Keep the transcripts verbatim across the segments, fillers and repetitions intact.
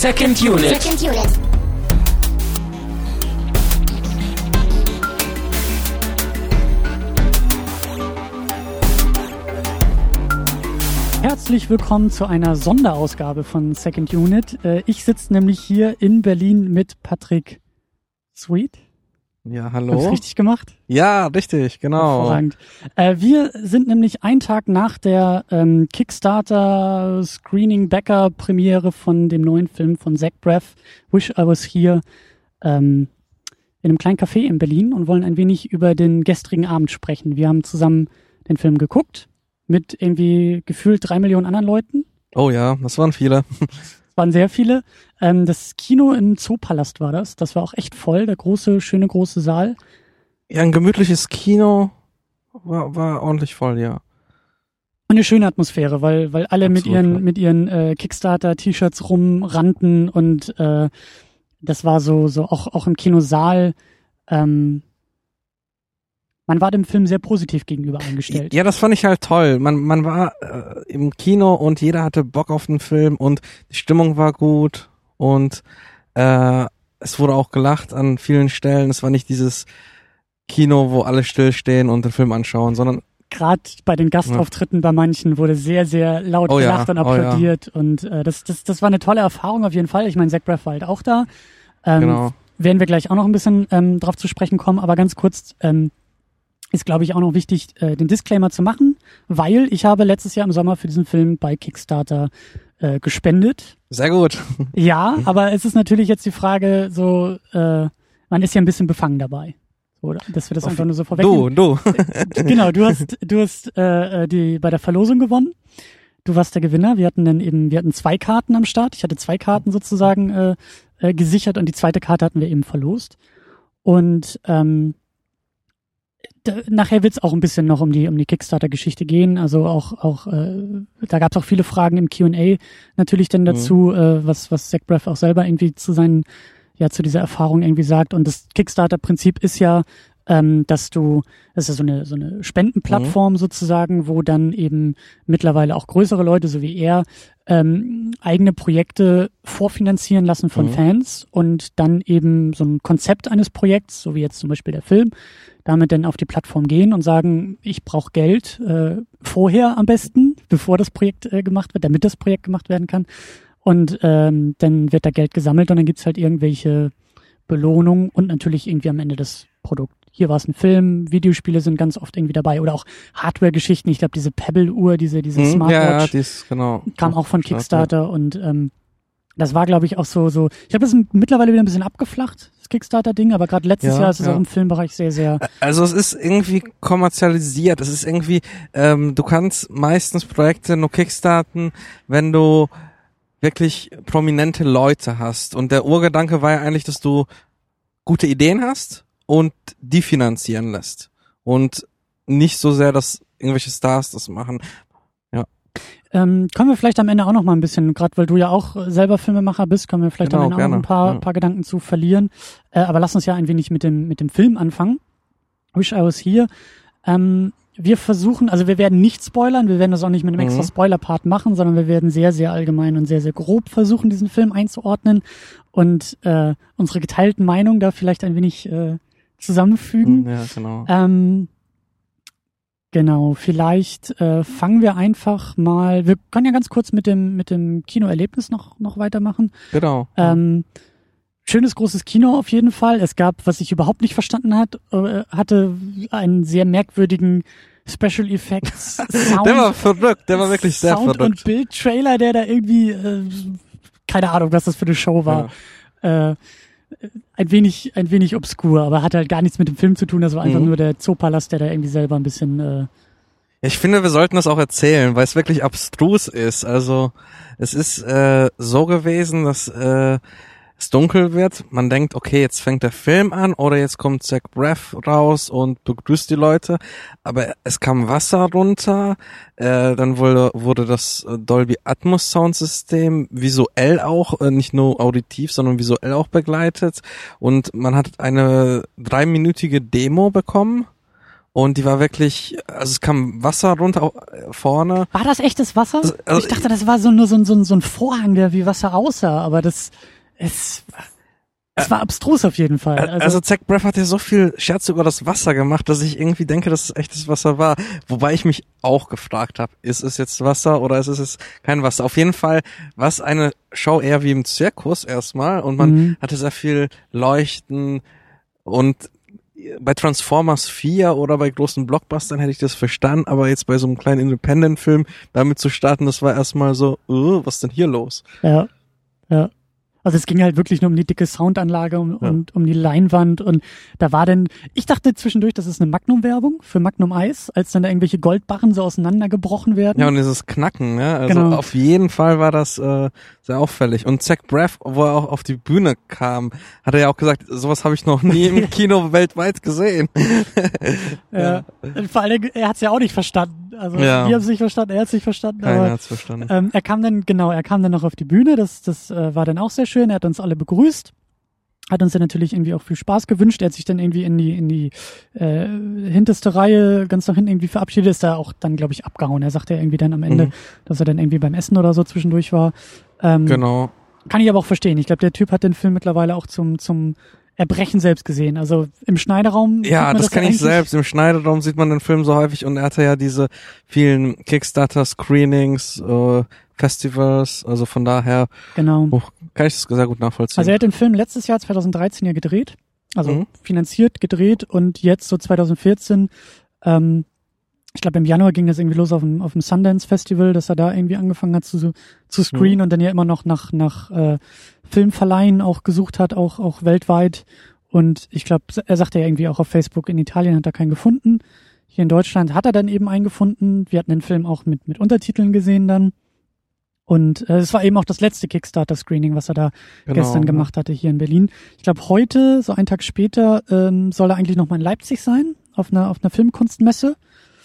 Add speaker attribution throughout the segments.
Speaker 1: Second Unit. Second Unit.
Speaker 2: Herzlich willkommen zu einer Sonderausgabe von Second Unit. Ich sitze nämlich hier in Berlin mit Patrick Sweet.
Speaker 3: Ja, hallo.
Speaker 2: Hab's richtig gemacht?
Speaker 3: Ja, richtig, genau.
Speaker 2: Hervorragend. Äh, wir sind nämlich einen Tag nach der ähm, Kickstarter Screening Backer Premiere von dem neuen Film von Zach Braff, Wish I Was Here, ähm, in einem kleinen Café in Berlin und wollen ein wenig über den gestrigen Abend sprechen. Wir haben zusammen den Film geguckt mit irgendwie gefühlt drei Millionen anderen Leuten.
Speaker 3: Oh ja, das waren viele.
Speaker 2: Es waren sehr viele. Ähm, das Kino im Zoopalast war das. Das war auch echt voll, der große, schöne, große Saal.
Speaker 3: Ja, ein gemütliches Kino war, war ordentlich voll, ja.
Speaker 2: Und eine schöne Atmosphäre, weil, weil alle Absolut, mit ihren, ja. mit ihren äh, Kickstarter-T-Shirts rumrannten und äh, das war so, so auch, auch im Kinosaal, ähm, man war dem Film sehr positiv gegenüber eingestellt.
Speaker 3: Ja, das fand ich halt toll. Man, man war äh, im Kino und jeder hatte Bock auf den Film und die Stimmung war gut und äh, es wurde auch gelacht an vielen Stellen. Es war nicht dieses Kino, wo alle stillstehen und den Film anschauen, sondern
Speaker 2: gerade bei den Gastauftritten ja. bei manchen wurde sehr, sehr laut
Speaker 3: oh
Speaker 2: gelacht
Speaker 3: ja,
Speaker 2: und applaudiert
Speaker 3: oh ja.
Speaker 2: und äh, das, das, das war eine tolle Erfahrung auf jeden Fall. Ich meine, Zach Braff war halt auch da. Ähm,
Speaker 3: genau.
Speaker 2: Werden wir gleich auch noch ein bisschen ähm, drauf zu sprechen kommen, aber ganz kurz, ähm, ist, glaube ich, auch noch wichtig, äh, den Disclaimer zu machen, weil ich habe letztes Jahr im Sommer für diesen Film bei Kickstarter äh, gespendet.
Speaker 3: Sehr gut.
Speaker 2: Ja, aber es ist natürlich jetzt die Frage, so, äh, man ist ja ein bisschen befangen dabei. Oder? Dass wir das auf einfach nur so vorwegnehmen.
Speaker 3: Du, du.
Speaker 2: Äh, genau, du hast, du hast äh, die bei der Verlosung gewonnen. Du warst der Gewinner. Wir hatten dann eben, wir hatten zwei Karten am Start. Ich hatte zwei Karten sozusagen äh, äh, gesichert und die zweite Karte hatten wir eben verlost. Und ähm, Da, nachher wird's auch ein bisschen noch um die um die Kickstarter-Geschichte gehen, also auch auch äh, da gab's auch viele Fragen im Q and A natürlich dann dazu, mhm. äh, was was Zach Braff auch selber irgendwie zu seinen ja zu dieser Erfahrung irgendwie sagt und das Kickstarter-Prinzip ist ja, ähm, dass du das ist ja so eine so eine Spendenplattform mhm. sozusagen, wo dann eben mittlerweile auch größere Leute so wie er ähm, eigene Projekte vorfinanzieren lassen von mhm. Fans und dann eben so ein Konzept eines Projekts, so wie jetzt zum Beispiel der Film, damit dann auf die Plattform gehen und sagen, ich brauche Geld äh, vorher am besten, bevor das Projekt äh, gemacht wird, damit das Projekt gemacht werden kann. Und ähm, dann wird da Geld gesammelt und dann gibt's halt irgendwelche Belohnungen und natürlich irgendwie am Ende das Produkt. Hier war es ein Film, Videospiele sind ganz oft irgendwie dabei oder auch Hardware-Geschichten. Ich glaube, diese Pebble-Uhr, diese diese
Speaker 3: mhm,
Speaker 2: Smartwatch,
Speaker 3: ja, die ist, genau.
Speaker 2: kam auch von Kickstarter ja. und ähm, das war, glaube ich, auch so, so. Ich habe das mittlerweile wieder ein bisschen abgeflacht, das Kickstarter-Ding, aber gerade letztes
Speaker 3: ja,
Speaker 2: Jahr ist es
Speaker 3: ja.
Speaker 2: auch im Filmbereich sehr, sehr.
Speaker 3: Also es ist irgendwie kommerzialisiert. Es ist irgendwie, ähm, du kannst meistens Projekte nur kickstarten, wenn du wirklich prominente Leute hast. Und der Urgedanke war ja eigentlich, dass du gute Ideen hast und die finanzieren lässt. Und nicht so sehr, dass irgendwelche Stars das machen.
Speaker 2: Ähm, können wir vielleicht am Ende auch noch mal ein bisschen, gerade weil du ja auch selber Filmemacher bist, können wir vielleicht
Speaker 3: genau,
Speaker 2: am Ende
Speaker 3: gerne.
Speaker 2: auch noch ein paar,
Speaker 3: ja.
Speaker 2: paar Gedanken zu verlieren. Äh, aber lass uns ja ein wenig mit dem mit dem Film anfangen. Wish I Was Here. Ähm, wir versuchen, also wir werden nicht spoilern, wir werden das auch nicht mit einem extra
Speaker 3: mhm.
Speaker 2: Spoiler-Part machen, sondern wir werden sehr, sehr allgemein und sehr, sehr grob versuchen, diesen Film einzuordnen und äh, unsere geteilten Meinungen da vielleicht ein wenig äh, zusammenfügen.
Speaker 3: Ja, genau.
Speaker 2: Ähm, Genau, vielleicht äh, fangen wir einfach mal, wir können ja ganz kurz mit dem mit dem Kinoerlebnis noch noch weitermachen.
Speaker 3: Genau.
Speaker 2: Ähm, schönes großes Kino auf jeden Fall. Es gab, was ich überhaupt nicht verstanden hat, äh, hatte einen sehr merkwürdigen Special Effects Sound.
Speaker 3: Der war verrückt, der war wirklich sehr
Speaker 2: Sound
Speaker 3: verrückt.
Speaker 2: und Bildtrailer, der da irgendwie äh, keine Ahnung, was das für eine Show war. Ja. Äh, ein wenig, ein wenig obskur, aber hat halt gar nichts mit dem Film zu tun. Das war einfach mhm. nur der Zoopalast, der da irgendwie selber ein bisschen. Äh
Speaker 3: ja, ich finde, wir sollten das auch erzählen, weil es wirklich abstrus ist. Also es ist äh, so gewesen, dass äh, es dunkel wird. Man denkt, okay, jetzt fängt der Film an oder jetzt kommt Zach Braff raus und begrüßt die Leute. Aber es kam Wasser runter. Äh, dann wurde, wurde das Dolby Atmos Soundsystem visuell auch, äh, nicht nur auditiv, sondern visuell auch begleitet. Und man hat eine dreiminütige Demo bekommen. und die war wirklich, also es kam Wasser runter vorne.
Speaker 2: War das echtes Wasser?
Speaker 3: Also, also
Speaker 2: ich dachte, das war so nur so, so, so ein Vorhang, der wie Wasser aussah, aber das, es, es war abstrus auf jeden Fall.
Speaker 3: Also, also Zach Braff hat ja so viel Scherze über das Wasser gemacht, dass ich irgendwie denke, dass es echtes Wasser war. Wobei ich mich auch gefragt habe, ist es jetzt Wasser oder ist es jetzt kein Wasser? Auf jeden Fall war es eine Show eher wie im Zirkus erstmal und man mhm. hatte sehr viel Leuchten und bei Transformers vier oder bei großen Blockbustern hätte ich das verstanden, aber jetzt bei so einem kleinen Independent-Film damit zu starten, das war erstmal so, uh, was ist denn hier los?
Speaker 2: Ja, ja. Also es ging halt wirklich nur um die dicke Soundanlage und um, ja. um, um die Leinwand und da war dann, ich dachte zwischendurch, das ist eine Magnum-Werbung für Magnum Eis, als dann da irgendwelche Goldbarren so auseinandergebrochen werden.
Speaker 3: Ja, und dieses Knacken, ne? Also
Speaker 2: genau.
Speaker 3: Auf jeden Fall war das äh, sehr auffällig. Und Zach Braff, wo er auch auf die Bühne kam, hat er ja auch gesagt, sowas habe ich noch nie im Kino weltweit gesehen.
Speaker 2: ja. ja. Vor allem, er hat es ja auch nicht verstanden. Also
Speaker 3: ja.
Speaker 2: wir haben es nicht verstanden, er hat es nicht verstanden.
Speaker 3: Keiner hat es verstanden.
Speaker 2: Ähm, er kam dann, genau, er kam dann noch auf die Bühne, das, das äh, war dann auch sehr schön, er hat uns alle begrüßt, hat uns dann natürlich irgendwie auch viel Spaß gewünscht, er hat sich dann irgendwie in die in die äh, hinterste Reihe ganz nach hinten irgendwie verabschiedet, ist da auch dann, glaube ich, abgehauen. Er sagte ja irgendwie dann am Ende, mhm. dass er dann irgendwie beim Essen oder so zwischendurch war. Ähm,
Speaker 3: genau.
Speaker 2: Kann ich aber auch verstehen. Ich glaube, der Typ hat den Film mittlerweile auch zum zum Erbrechen selbst gesehen. Also im Schneideraum.
Speaker 3: Ja, das, das kann
Speaker 2: ja
Speaker 3: ich selbst. Im Schneideraum sieht man den Film so häufig und er hatte ja diese vielen Kickstarter-Screenings, äh, Festivals, also von daher
Speaker 2: genau.
Speaker 3: oh, kann ich das sehr gut nachvollziehen.
Speaker 2: Also er hat den Film letztes Jahr zwanzig dreizehn ja gedreht, also
Speaker 3: mhm.
Speaker 2: finanziert, gedreht und jetzt so zwanzig vierzehn, ähm, ich glaube im Januar ging das irgendwie los auf dem, auf dem Sundance Festival, dass er da irgendwie angefangen hat zu, zu screenen mhm. und dann ja immer noch nach, nach äh, Filmverleihen auch gesucht hat, auch, auch weltweit. Und ich glaube, er sagte ja irgendwie auch auf Facebook, in Italien hat er keinen gefunden. Hier in Deutschland hat er dann eben einen gefunden. Wir hatten den Film auch mit, mit Untertiteln gesehen dann. Und äh, es war eben auch das letzte Kickstarter-Screening, was er da genau, gestern ja. gemacht hatte hier in Berlin. Ich glaube, heute, so einen Tag später, ähm, soll er eigentlich noch mal in Leipzig sein, auf einer auf einer Filmkunstmesse.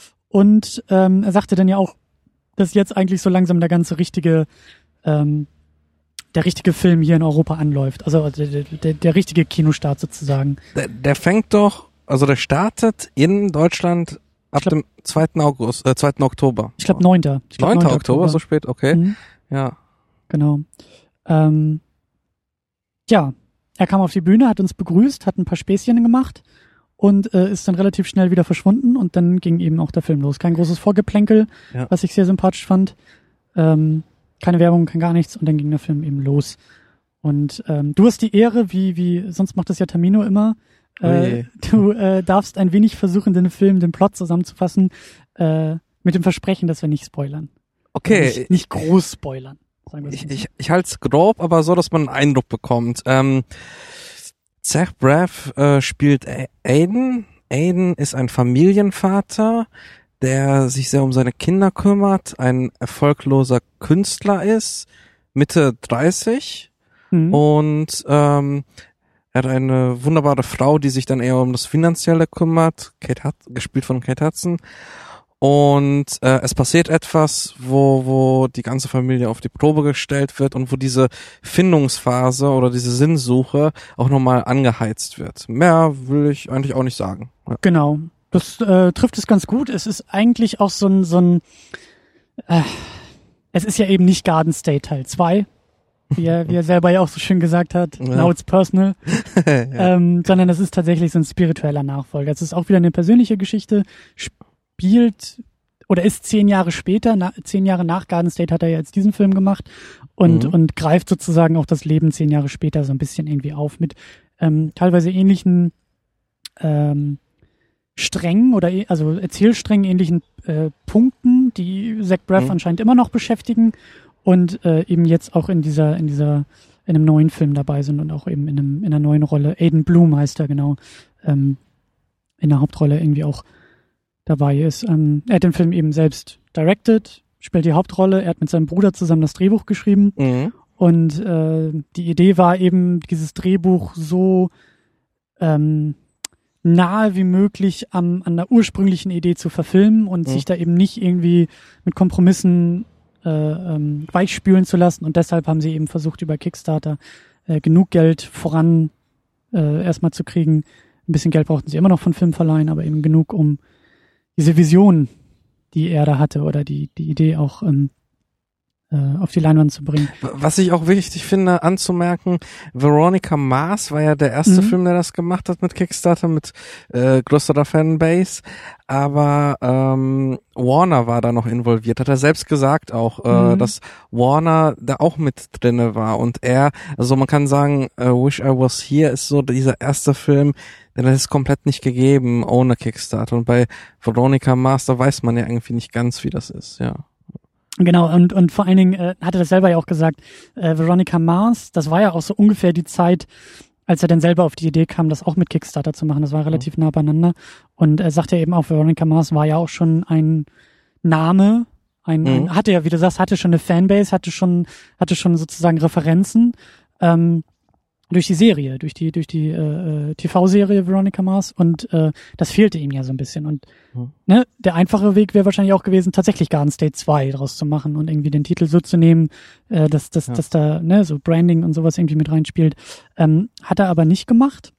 Speaker 2: Und ähm, er sagte dann ja auch, dass jetzt eigentlich so langsam der ganze richtige, ähm, der richtige Film hier in Europa anläuft. Also der, der, der richtige Kinostart sozusagen.
Speaker 3: Der, der fängt doch, also der startet in Deutschland ab glaub, dem zweiten August, äh, zweiten Oktober.
Speaker 2: Ich glaube neunter Ich glaub,
Speaker 3: neunter
Speaker 2: neunter
Speaker 3: Oktober, so spät, okay.
Speaker 2: Mhm.
Speaker 3: Ja.
Speaker 2: Genau. Ähm, ja, er kam auf die Bühne, hat uns begrüßt, hat ein paar Späßchen gemacht und äh, ist dann relativ schnell wieder verschwunden und dann ging eben auch der Film los. Kein großes Vorgeplänkel, ja. was ich sehr sympathisch fand. Ähm, keine Werbung, kein gar nichts und dann ging der Film eben los. Und ähm, du hast die Ehre, wie wie sonst macht das ja Tamino immer, äh, du äh, darfst ein wenig versuchen, den Film, den Plot zusammenzufassen, äh, mit dem Versprechen, dass wir nicht spoilern.
Speaker 3: Okay.
Speaker 2: Nicht, nicht groß spoilern. Sagen wir
Speaker 3: ich ich, ich halte es grob, aber so, dass man einen Eindruck bekommt. Ähm, Zach Braff äh, spielt Aiden. Aiden ist ein Familienvater, der sich sehr um seine Kinder kümmert, ein erfolgloser Künstler ist, Mitte dreißig mhm. und ähm, er hat eine wunderbare Frau, die sich dann eher um das Finanzielle kümmert, Kate Hud- gespielt von Kate Hudson. Und äh, es passiert etwas, wo wo die ganze Familie auf die Probe gestellt wird und wo diese Findungsphase oder diese Sinnsuche auch nochmal angeheizt wird. Mehr will ich eigentlich auch nicht sagen. Ja.
Speaker 2: Genau, das äh, trifft es ganz gut. Es ist eigentlich auch so ein, so ein äh, es ist ja eben nicht Garden State Teil zwei, wie er, wie er selber ja auch so schön gesagt hat, ja. Now it's personal, ja. ähm, sondern es ist tatsächlich so ein spiritueller Nachfolger. Es ist auch wieder eine persönliche Geschichte, spielt oder ist zehn Jahre später, na, zehn Jahre nach Garden State hat er ja jetzt diesen Film gemacht und mhm. und greift sozusagen auch das Leben zehn Jahre später so ein bisschen irgendwie auf mit ähm, teilweise ähnlichen ähm, Strängen oder e- also Erzählsträngen, ähnlichen äh, Punkten, die Zach Braff mhm. anscheinend immer noch beschäftigen und äh, eben jetzt auch in dieser in dieser in einem neuen Film dabei sind und auch eben in einem in einer neuen Rolle. Aiden Bloom heißt er genau, ähm, in der Hauptrolle irgendwie auch dabei ist. Ähm, er hat den Film eben selbst directed, spielt die Hauptrolle. Er hat mit seinem Bruder zusammen das Drehbuch geschrieben.
Speaker 3: Mhm.
Speaker 2: Und äh, die Idee war eben, dieses Drehbuch so ähm, nahe wie möglich am, an der ursprünglichen Idee zu verfilmen und mhm. sich da eben nicht irgendwie mit Kompromissen äh, ähm, weichspülen zu lassen. Und deshalb haben sie eben versucht, über Kickstarter äh, genug Geld voran äh, erstmal zu kriegen. Ein bisschen Geld brauchten sie immer noch von Filmverleihen, aber eben genug, um diese Vision, die er da hatte oder die die Idee auch ähm, auf die Leinwand zu bringen.
Speaker 3: Was ich auch wichtig finde anzumerken, Veronica Mars war ja der erste mhm. Film, der das gemacht hat mit Kickstarter, mit äh, größerer Fanbase, aber ähm, Warner war da noch involviert, hat er selbst gesagt auch, äh, mhm. dass Warner da auch mit drinne war und er, also man kann sagen, uh, Wish I Was Here ist so dieser erste Film, denn das ist komplett nicht gegeben ohne Kickstarter und bei Veronica Mars, da weiß man ja irgendwie nicht ganz, wie das ist, ja.
Speaker 2: Genau, und und vor allen Dingen äh, hat er das selber ja auch gesagt, äh, Veronica Mars, das war ja auch so ungefähr die Zeit, als er dann selber auf die Idee kam, das auch mit Kickstarter zu machen. Das war relativ mhm. nah beieinander. Und er sagt ja eben auch, Veronica Mars war ja auch schon ein Name, ein, mhm. ein hatte ja, wie du sagst, hatte schon eine Fanbase, hatte schon hatte schon sozusagen Referenzen ähm, durch die Serie, durch die durch die äh, T V-Serie Veronica Mars und äh, das fehlte ihm ja so ein bisschen und mhm. ne, der einfache Weg wäre wahrscheinlich auch gewesen, tatsächlich Garden State zwei draus zu machen und irgendwie den Titel so zu nehmen, äh, dass dass ja. dass da ne so Branding und sowas irgendwie mit reinspielt. Ähm, hat er aber nicht gemacht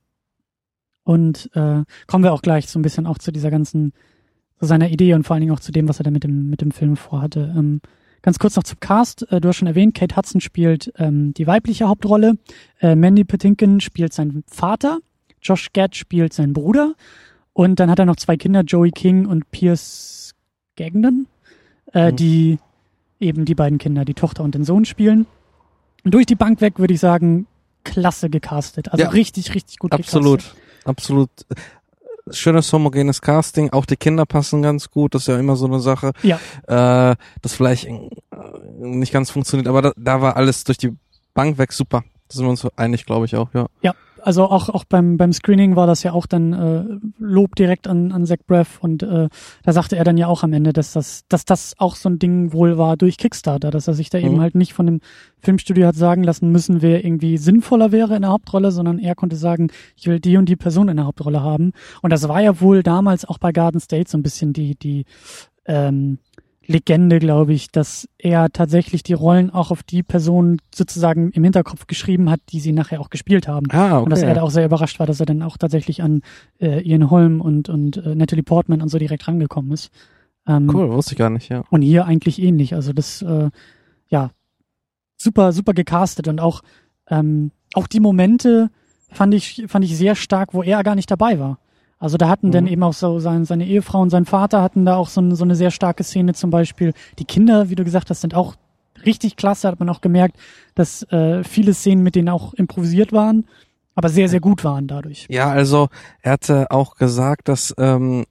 Speaker 2: und äh, kommen wir auch gleich so ein bisschen auch zu dieser ganzen, zu seiner Idee und vor allen Dingen auch zu dem, was er da mit dem mit dem Film vorhatte. Ähm, Ganz kurz noch zum Cast. Du hast schon erwähnt, Kate Hudson spielt ähm, die weibliche Hauptrolle. Äh, Mandy Patinkin spielt seinen Vater. Josh Gad spielt seinen Bruder. Und dann hat er noch zwei Kinder, Joey King und Pierce Gagnon, äh, mhm. die eben die beiden Kinder, die Tochter und den Sohn spielen. Und durch die Bank weg würde ich sagen, klasse gecastet. Also ja, richtig, richtig gut
Speaker 3: absolut,
Speaker 2: gecastet.
Speaker 3: Absolut, absolut. Schönes homogenes Casting, auch die Kinder passen ganz gut, das ist ja immer so eine Sache,
Speaker 2: ja.
Speaker 3: äh, das vielleicht äh, nicht ganz funktioniert, aber da, da war alles durch die Bank weg super. Da sind wir uns einig, glaube ich auch, ja.
Speaker 2: Ja, also auch auch beim beim Screening war das ja auch dann äh, Lob direkt an an Zach Braff und äh, da sagte er dann ja auch am Ende, dass das dass das auch so ein Ding wohl war durch Kickstarter, dass er sich da mhm. eben halt nicht von dem Filmstudio hat sagen lassen müssen, wer irgendwie sinnvoller wäre in der Hauptrolle, sondern er konnte sagen, ich will die und die Person in der Hauptrolle haben. Und das war ja wohl damals auch bei Garden State so ein bisschen die die ähm, Legende, glaube ich, dass er tatsächlich die Rollen auch auf die Personen sozusagen im Hinterkopf geschrieben hat, die sie nachher auch gespielt haben.
Speaker 3: Ah, okay.
Speaker 2: Und dass er da auch sehr überrascht war, dass er dann auch tatsächlich an äh, Ian Holm und und äh, Natalie Portman und so direkt rangekommen ist. Ähm,
Speaker 3: cool, wusste ich gar nicht, ja.
Speaker 2: Und hier eigentlich ähnlich. Also das, äh, ja, super, super gecastet und auch ähm, auch die Momente fand ich fand ich sehr stark, wo er gar nicht dabei war. Also da hatten mhm. dann eben auch so sein, seine Ehefrau und sein Vater hatten da auch so, ein, so eine sehr starke Szene zum Beispiel. Die Kinder, wie du gesagt hast, sind auch richtig klasse, hat man auch gemerkt, dass äh, viele Szenen mit denen auch improvisiert waren, aber sehr, sehr gut waren dadurch.
Speaker 3: Ja, also er hatte auch gesagt, dass ähm,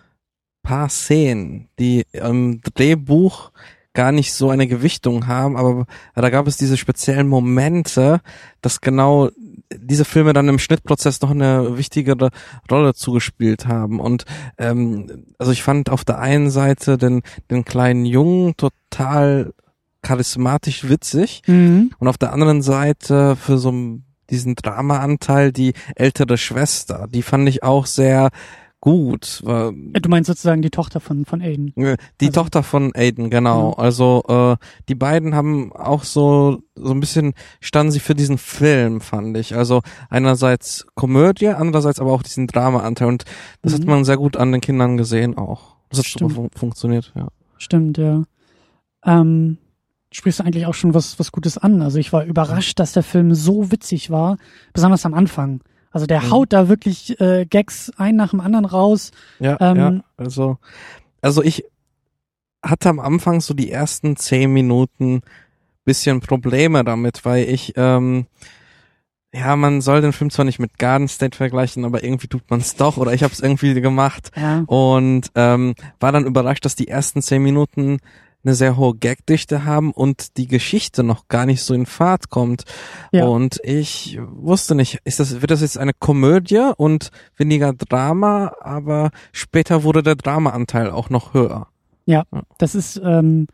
Speaker 3: paar Szenen, die im Drehbuch gar nicht so eine Gewichtung haben, aber da gab es diese speziellen Momente, dass genau diese Filme dann im Schnittprozess noch eine wichtigere Rolle zugespielt haben. Und ähm, also ich fand auf der einen Seite den, den kleinen Jungen total charismatisch witzig mhm. und auf der anderen Seite für so diesen Drama-Anteil die ältere Schwester, die fand ich auch sehr gut.
Speaker 2: Du meinst sozusagen die Tochter von von Aiden?
Speaker 3: Die also, Tochter von Aiden, genau. Ja. Also äh, die beiden haben auch so so ein bisschen standen sie für diesen Film, fand ich. Also einerseits Komödie, andererseits aber auch diesen Drama-Anteil und das mhm. hat man sehr gut an den Kindern gesehen auch. Das hat super fun- funktioniert, ja.
Speaker 2: Stimmt, ja. Ähm, sprichst du eigentlich auch schon was was Gutes an. Also ich war überrascht, dass der Film so witzig war, besonders am Anfang. Also der mhm. haut da wirklich äh, Gags ein nach dem anderen raus.
Speaker 3: Ja, ähm, ja, also also ich hatte am Anfang so die ersten zehn Minuten bisschen Probleme damit, weil ich ähm, ja, man soll den Film zwar nicht mit Garden State vergleichen, aber irgendwie tut man es doch oder ich habe es irgendwie gemacht
Speaker 2: ja.
Speaker 3: und ähm, war dann überrascht, dass die ersten zehn Minuten eine sehr hohe Gagdichte haben und die Geschichte noch gar nicht so in Fahrt kommt. Ja. Und ich wusste nicht, ist das, wird das jetzt eine Komödie und weniger Drama, aber später wurde der Drama-Anteil auch noch höher.
Speaker 2: Ja, ja. das ist, ähm,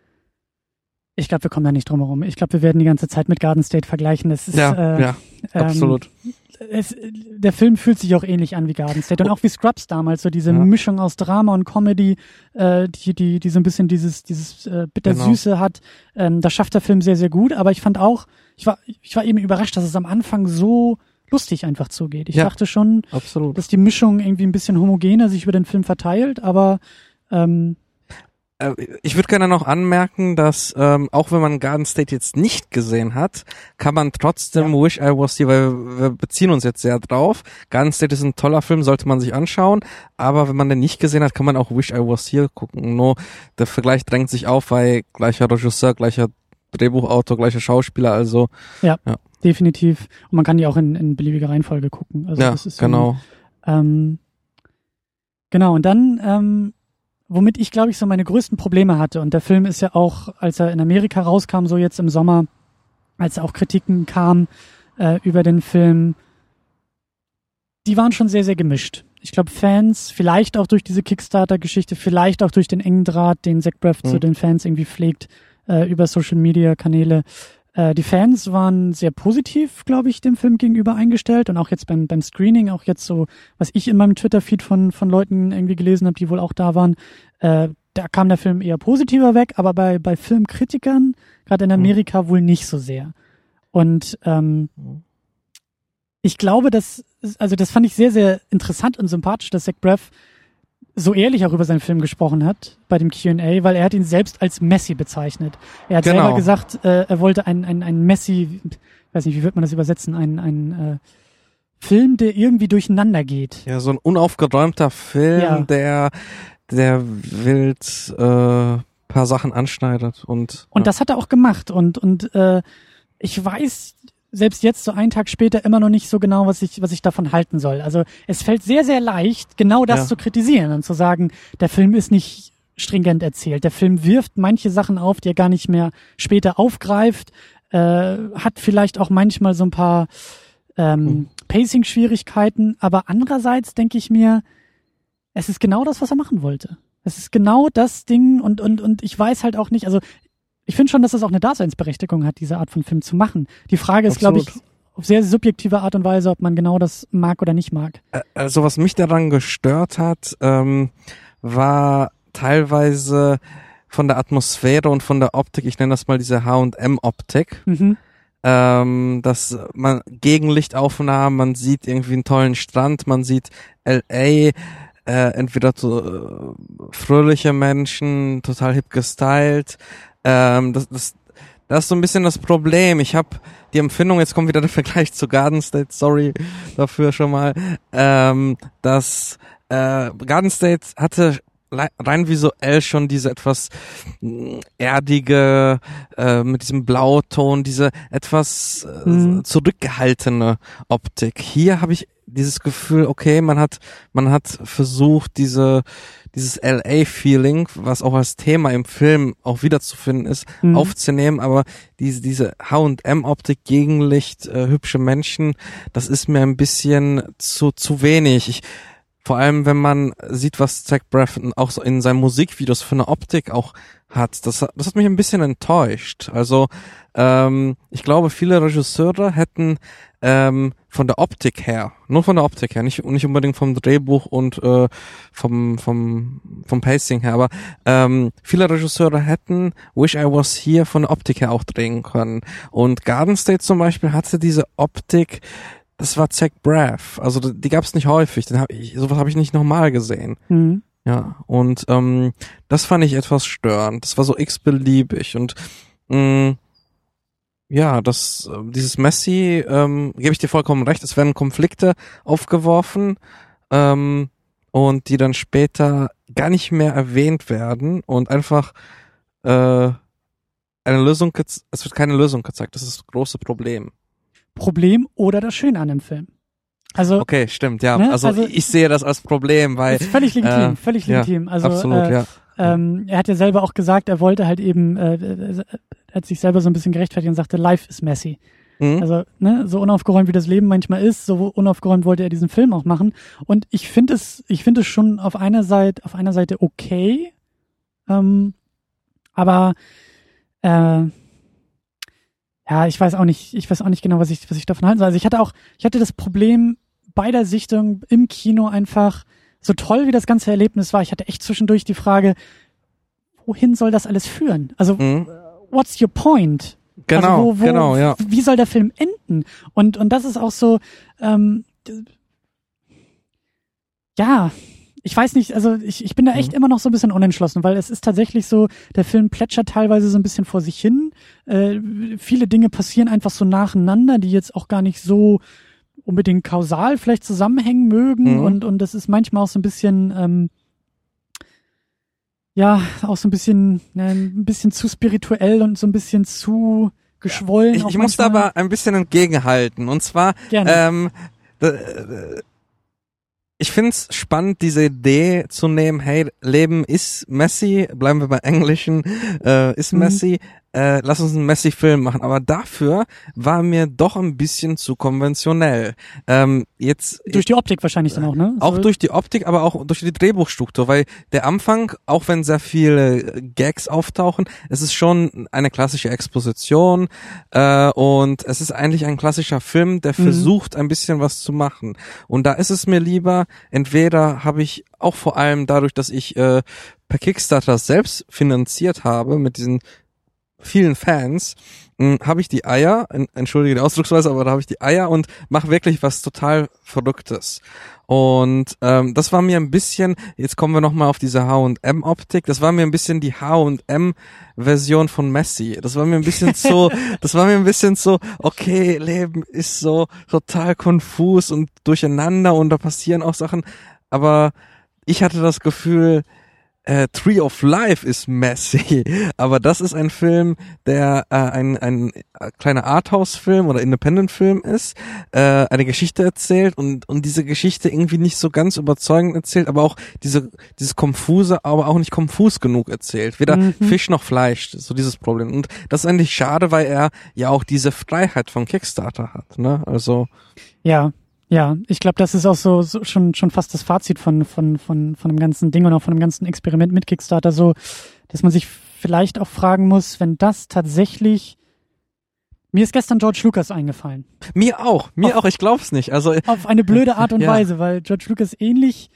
Speaker 2: ich glaube, wir kommen da nicht drum herum. Ich glaube, wir werden die ganze Zeit mit Garden State vergleichen. Das ist,
Speaker 3: ja,
Speaker 2: äh,
Speaker 3: ja, absolut.
Speaker 2: Ähm, Es, der Film fühlt sich auch ähnlich an wie Garden State und auch wie Scrubs damals, so diese
Speaker 3: ja.
Speaker 2: Mischung aus Drama und Comedy, äh, die, die, die so ein bisschen dieses, dieses äh, Bittersüße genau. hat. Ähm, das schafft der Film sehr, sehr gut, aber ich fand auch, ich war, ich war eben überrascht, dass es am Anfang so lustig einfach zugeht. Ich
Speaker 3: ja,
Speaker 2: dachte schon,
Speaker 3: absolut.
Speaker 2: dass die Mischung irgendwie ein bisschen homogener sich über den Film verteilt, aber ähm,
Speaker 3: ich würde gerne noch anmerken, dass ähm, auch wenn man Garden State jetzt nicht gesehen hat, kann man trotzdem ja. Wish I Was Here, weil wir beziehen uns jetzt sehr drauf. Garden State ist ein toller Film, sollte man sich anschauen, aber wenn man den nicht gesehen hat, kann man auch Wish I Was Here gucken. Nur der Vergleich drängt sich auf, weil gleicher Regisseur, gleicher Drehbuchautor, gleicher Schauspieler, also
Speaker 2: ja,
Speaker 3: ja.
Speaker 2: definitiv. Und man kann die auch in, in beliebiger Reihenfolge gucken. Also
Speaker 3: ja,
Speaker 2: das ist
Speaker 3: genau.
Speaker 2: So, ähm, genau, und dann ähm, womit ich, glaube ich, so meine größten Probleme hatte. Und der Film ist ja auch, als er in Amerika rauskam, so jetzt im Sommer, als auch Kritiken kamen äh, über den Film, die waren schon sehr, sehr gemischt. Ich glaube, Fans, vielleicht auch durch diese Kickstarter-Geschichte, vielleicht auch durch den engen Draht, den Zach Braff mhm. zu den Fans irgendwie pflegt, äh, über Social-Media-Kanäle. Äh, die Fans waren sehr positiv, glaube ich, dem Film gegenüber eingestellt. Und auch jetzt beim beim Screening, auch jetzt so, was ich in meinem Twitter-Feed von von Leuten irgendwie gelesen habe, die wohl auch da waren, äh, da kam der Film eher positiver weg, aber bei bei Filmkritikern, gerade in Amerika, mhm. wohl nicht so sehr. Und ähm, ich glaube, dass, also das fand ich sehr, sehr interessant und sympathisch, dass Zach Braff so ehrlich auch über seinen Film gesprochen hat bei dem Q and A, weil er hat ihn selbst als Messi bezeichnet. Er hat genau. selber gesagt, äh, er wollte ein, ein, ein Messi, ich weiß nicht, wie wird man das übersetzen, ein, ein äh, Film, der irgendwie durcheinander geht.
Speaker 3: Ja, so ein unaufgeräumter Film, ja. der der wild äh, paar Sachen anschneidet. Und,
Speaker 2: und
Speaker 3: ja.
Speaker 2: das hat er auch gemacht. Und, und äh, ich weiß selbst jetzt, so einen Tag später, immer noch nicht so genau, was ich was ich davon halten soll. Also es fällt sehr, sehr leicht, genau das ja. zu kritisieren und zu sagen, der Film ist nicht stringent erzählt. Der Film wirft manche Sachen auf, die er gar nicht mehr später aufgreift, äh, hat vielleicht auch manchmal so ein paar ähm, hm. Pacing-Schwierigkeiten, aber andererseits denke ich mir, es ist genau das, was er machen wollte. Es ist genau das Ding und und und ich weiß halt auch nicht, also ich finde schon, dass das auch eine Daseinsberechtigung hat, diese Art von Film zu machen. Die Frage ist, glaube ich, auf sehr subjektive Art und Weise, ob man genau das mag oder nicht mag.
Speaker 3: Also was mich daran gestört hat, ähm, war teilweise von der Atmosphäre und von der Optik, ich nenne das mal diese H und M-Optik, mhm. ähm, dass man Gegenlichtaufnahmen, man sieht irgendwie einen tollen Strand, man sieht L A, äh, entweder so äh, fröhliche Menschen, total hip gestylt. Ähm, das, das, das ist so ein bisschen das Problem. Ich habe die Empfindung, jetzt kommt wieder der Vergleich zu Garden State, sorry dafür schon mal, ähm, dass äh, Garden State hatte rein visuell schon diese etwas erdige, äh, mit diesem Blauton, diese etwas äh, mhm. zurückgehaltene Optik. Hier habe ich dieses Gefühl, okay, man hat man hat versucht, diese dieses L A-Feeling, was auch als Thema im Film auch wiederzufinden ist, mhm. aufzunehmen, aber diese diese H und M-Optik, Gegenlicht, äh, hübsche Menschen, das ist mir ein bisschen zu zu wenig. Ich Vor allem, wenn man sieht, was Zach Braff auch so in seinen Musikvideos für eine Optik auch hat. Das, das hat mich ein bisschen enttäuscht. Also ähm, ich glaube, viele Regisseure hätten ähm, von der Optik her, nur von der Optik her, nicht nicht unbedingt vom Drehbuch und äh, vom vom vom Pacing her, aber ähm, viele Regisseure hätten Wish I Was Here von der Optik her auch drehen können. Und Garden State zum Beispiel hatte diese Optik. Das war Zach Braff, also die gab es nicht häufig, den hab ich, sowas habe ich nicht nochmal gesehen. Mhm. Ja, und ähm, das fand ich etwas störend. Das war so x-beliebig und mh, ja, das dieses Messi, ähm, gebe ich dir vollkommen recht, es werden Konflikte aufgeworfen ähm, und die dann später gar nicht mehr erwähnt werden und einfach äh, eine Lösung, es wird keine Lösung gezeigt, das ist das große Problem.
Speaker 2: Problem oder das Schöne an dem Film. Also
Speaker 3: okay, stimmt, ja.
Speaker 2: Ne?
Speaker 3: Also, also ich sehe das als Problem, weil
Speaker 2: ist völlig legitim,
Speaker 3: äh,
Speaker 2: völlig legitim.
Speaker 3: Ja,
Speaker 2: also
Speaker 3: absolut,
Speaker 2: äh,
Speaker 3: ja.
Speaker 2: Ähm, er hat ja selber auch gesagt, er wollte halt eben, äh, er hat sich selber so ein bisschen gerechtfertigt und sagte, Life is messy. Mhm. Also ne, so unaufgeräumt wie das Leben manchmal ist, so unaufgeräumt wollte er diesen Film auch machen. Und ich finde es, ich finde es schon auf einer Seite, auf einer Seite okay, ähm, aber äh, ja, ich weiß auch nicht, ich weiß auch nicht genau, was ich, was ich davon halten soll. Also ich hatte auch, ich hatte das Problem bei der Sichtung im Kino einfach, so toll wie das ganze Erlebnis war, ich hatte echt zwischendurch die Frage, wohin soll das alles führen? Also, mhm. what's your point?
Speaker 3: Genau,
Speaker 2: also wo, wo,
Speaker 3: genau, ja.
Speaker 2: Wie soll der Film enden? Und und das ist auch so, ähm, ja, ich weiß nicht, also ich, ich bin da echt mhm. immer noch so ein bisschen unentschlossen, weil es ist tatsächlich so, der Film plätschert teilweise so ein bisschen vor sich hin. Äh, viele Dinge passieren einfach so nacheinander, die jetzt auch gar nicht so unbedingt kausal vielleicht zusammenhängen mögen. Mhm. Und und das ist manchmal auch so ein bisschen, ähm, ja, auch so ein bisschen, ne, ein bisschen zu spirituell und so ein bisschen zu geschwollen.
Speaker 3: Ich, ich muss da aber ein bisschen entgegenhalten. Und zwar,
Speaker 2: Gerne.
Speaker 3: ähm, äh, ich find's spannend, diese Idee zu nehmen, hey, Leben ist messy, bleiben wir bei Englischen, äh, ist mhm. messy, äh, lass uns einen Messi-Film machen. Aber dafür war mir doch ein bisschen zu konventionell. Ähm, jetzt
Speaker 2: durch die Optik wahrscheinlich dann auch, ne?
Speaker 3: Auch so durch die Optik, aber auch durch die Drehbuchstruktur, weil der Anfang, auch wenn sehr viele Gags auftauchen, es ist schon eine klassische Exposition äh, und es ist eigentlich ein klassischer Film, der mhm. versucht, ein bisschen was zu machen. Und da ist es mir lieber, entweder habe ich auch vor allem dadurch, dass ich äh, per Kickstarter selbst finanziert habe mit diesen vielen Fans, habe ich die Eier, entschuldige die Ausdrucksweise, aber da habe ich die Eier und mache wirklich was total Verrücktes. Und ähm, das war mir ein bisschen, jetzt kommen wir nochmal auf diese H und M-Optik, das war mir ein bisschen die H und M-Version von Messi. Das war mir ein bisschen so, das war mir ein bisschen so, okay, Leben ist so total konfus und durcheinander und da passieren auch Sachen, aber ich hatte das Gefühl, Äh, Tree of Life ist messy, aber das ist ein Film, der äh, ein ein kleiner Arthouse-Film oder Independent-Film ist, äh, eine Geschichte erzählt und und diese Geschichte irgendwie nicht so ganz überzeugend erzählt, aber auch diese dieses konfuse, aber auch nicht konfus genug erzählt, weder mhm. Fisch noch Fleisch, so dieses Problem. Und das ist eigentlich schade, weil er ja auch diese Freiheit von Kickstarter hat, ne? Also
Speaker 2: ja. Ja, ich glaube, das ist auch so, so schon schon fast das Fazit von von von von dem ganzen Ding und auch von dem ganzen Experiment mit Kickstarter, so, dass man sich vielleicht auch fragen muss, wenn das tatsächlich, mir ist gestern George Lucas eingefallen.
Speaker 3: Mir auch, mir auf, auch, ich glaub's nicht. Also
Speaker 2: auf eine blöde Art und ja. Weise, weil George Lucas ähnlich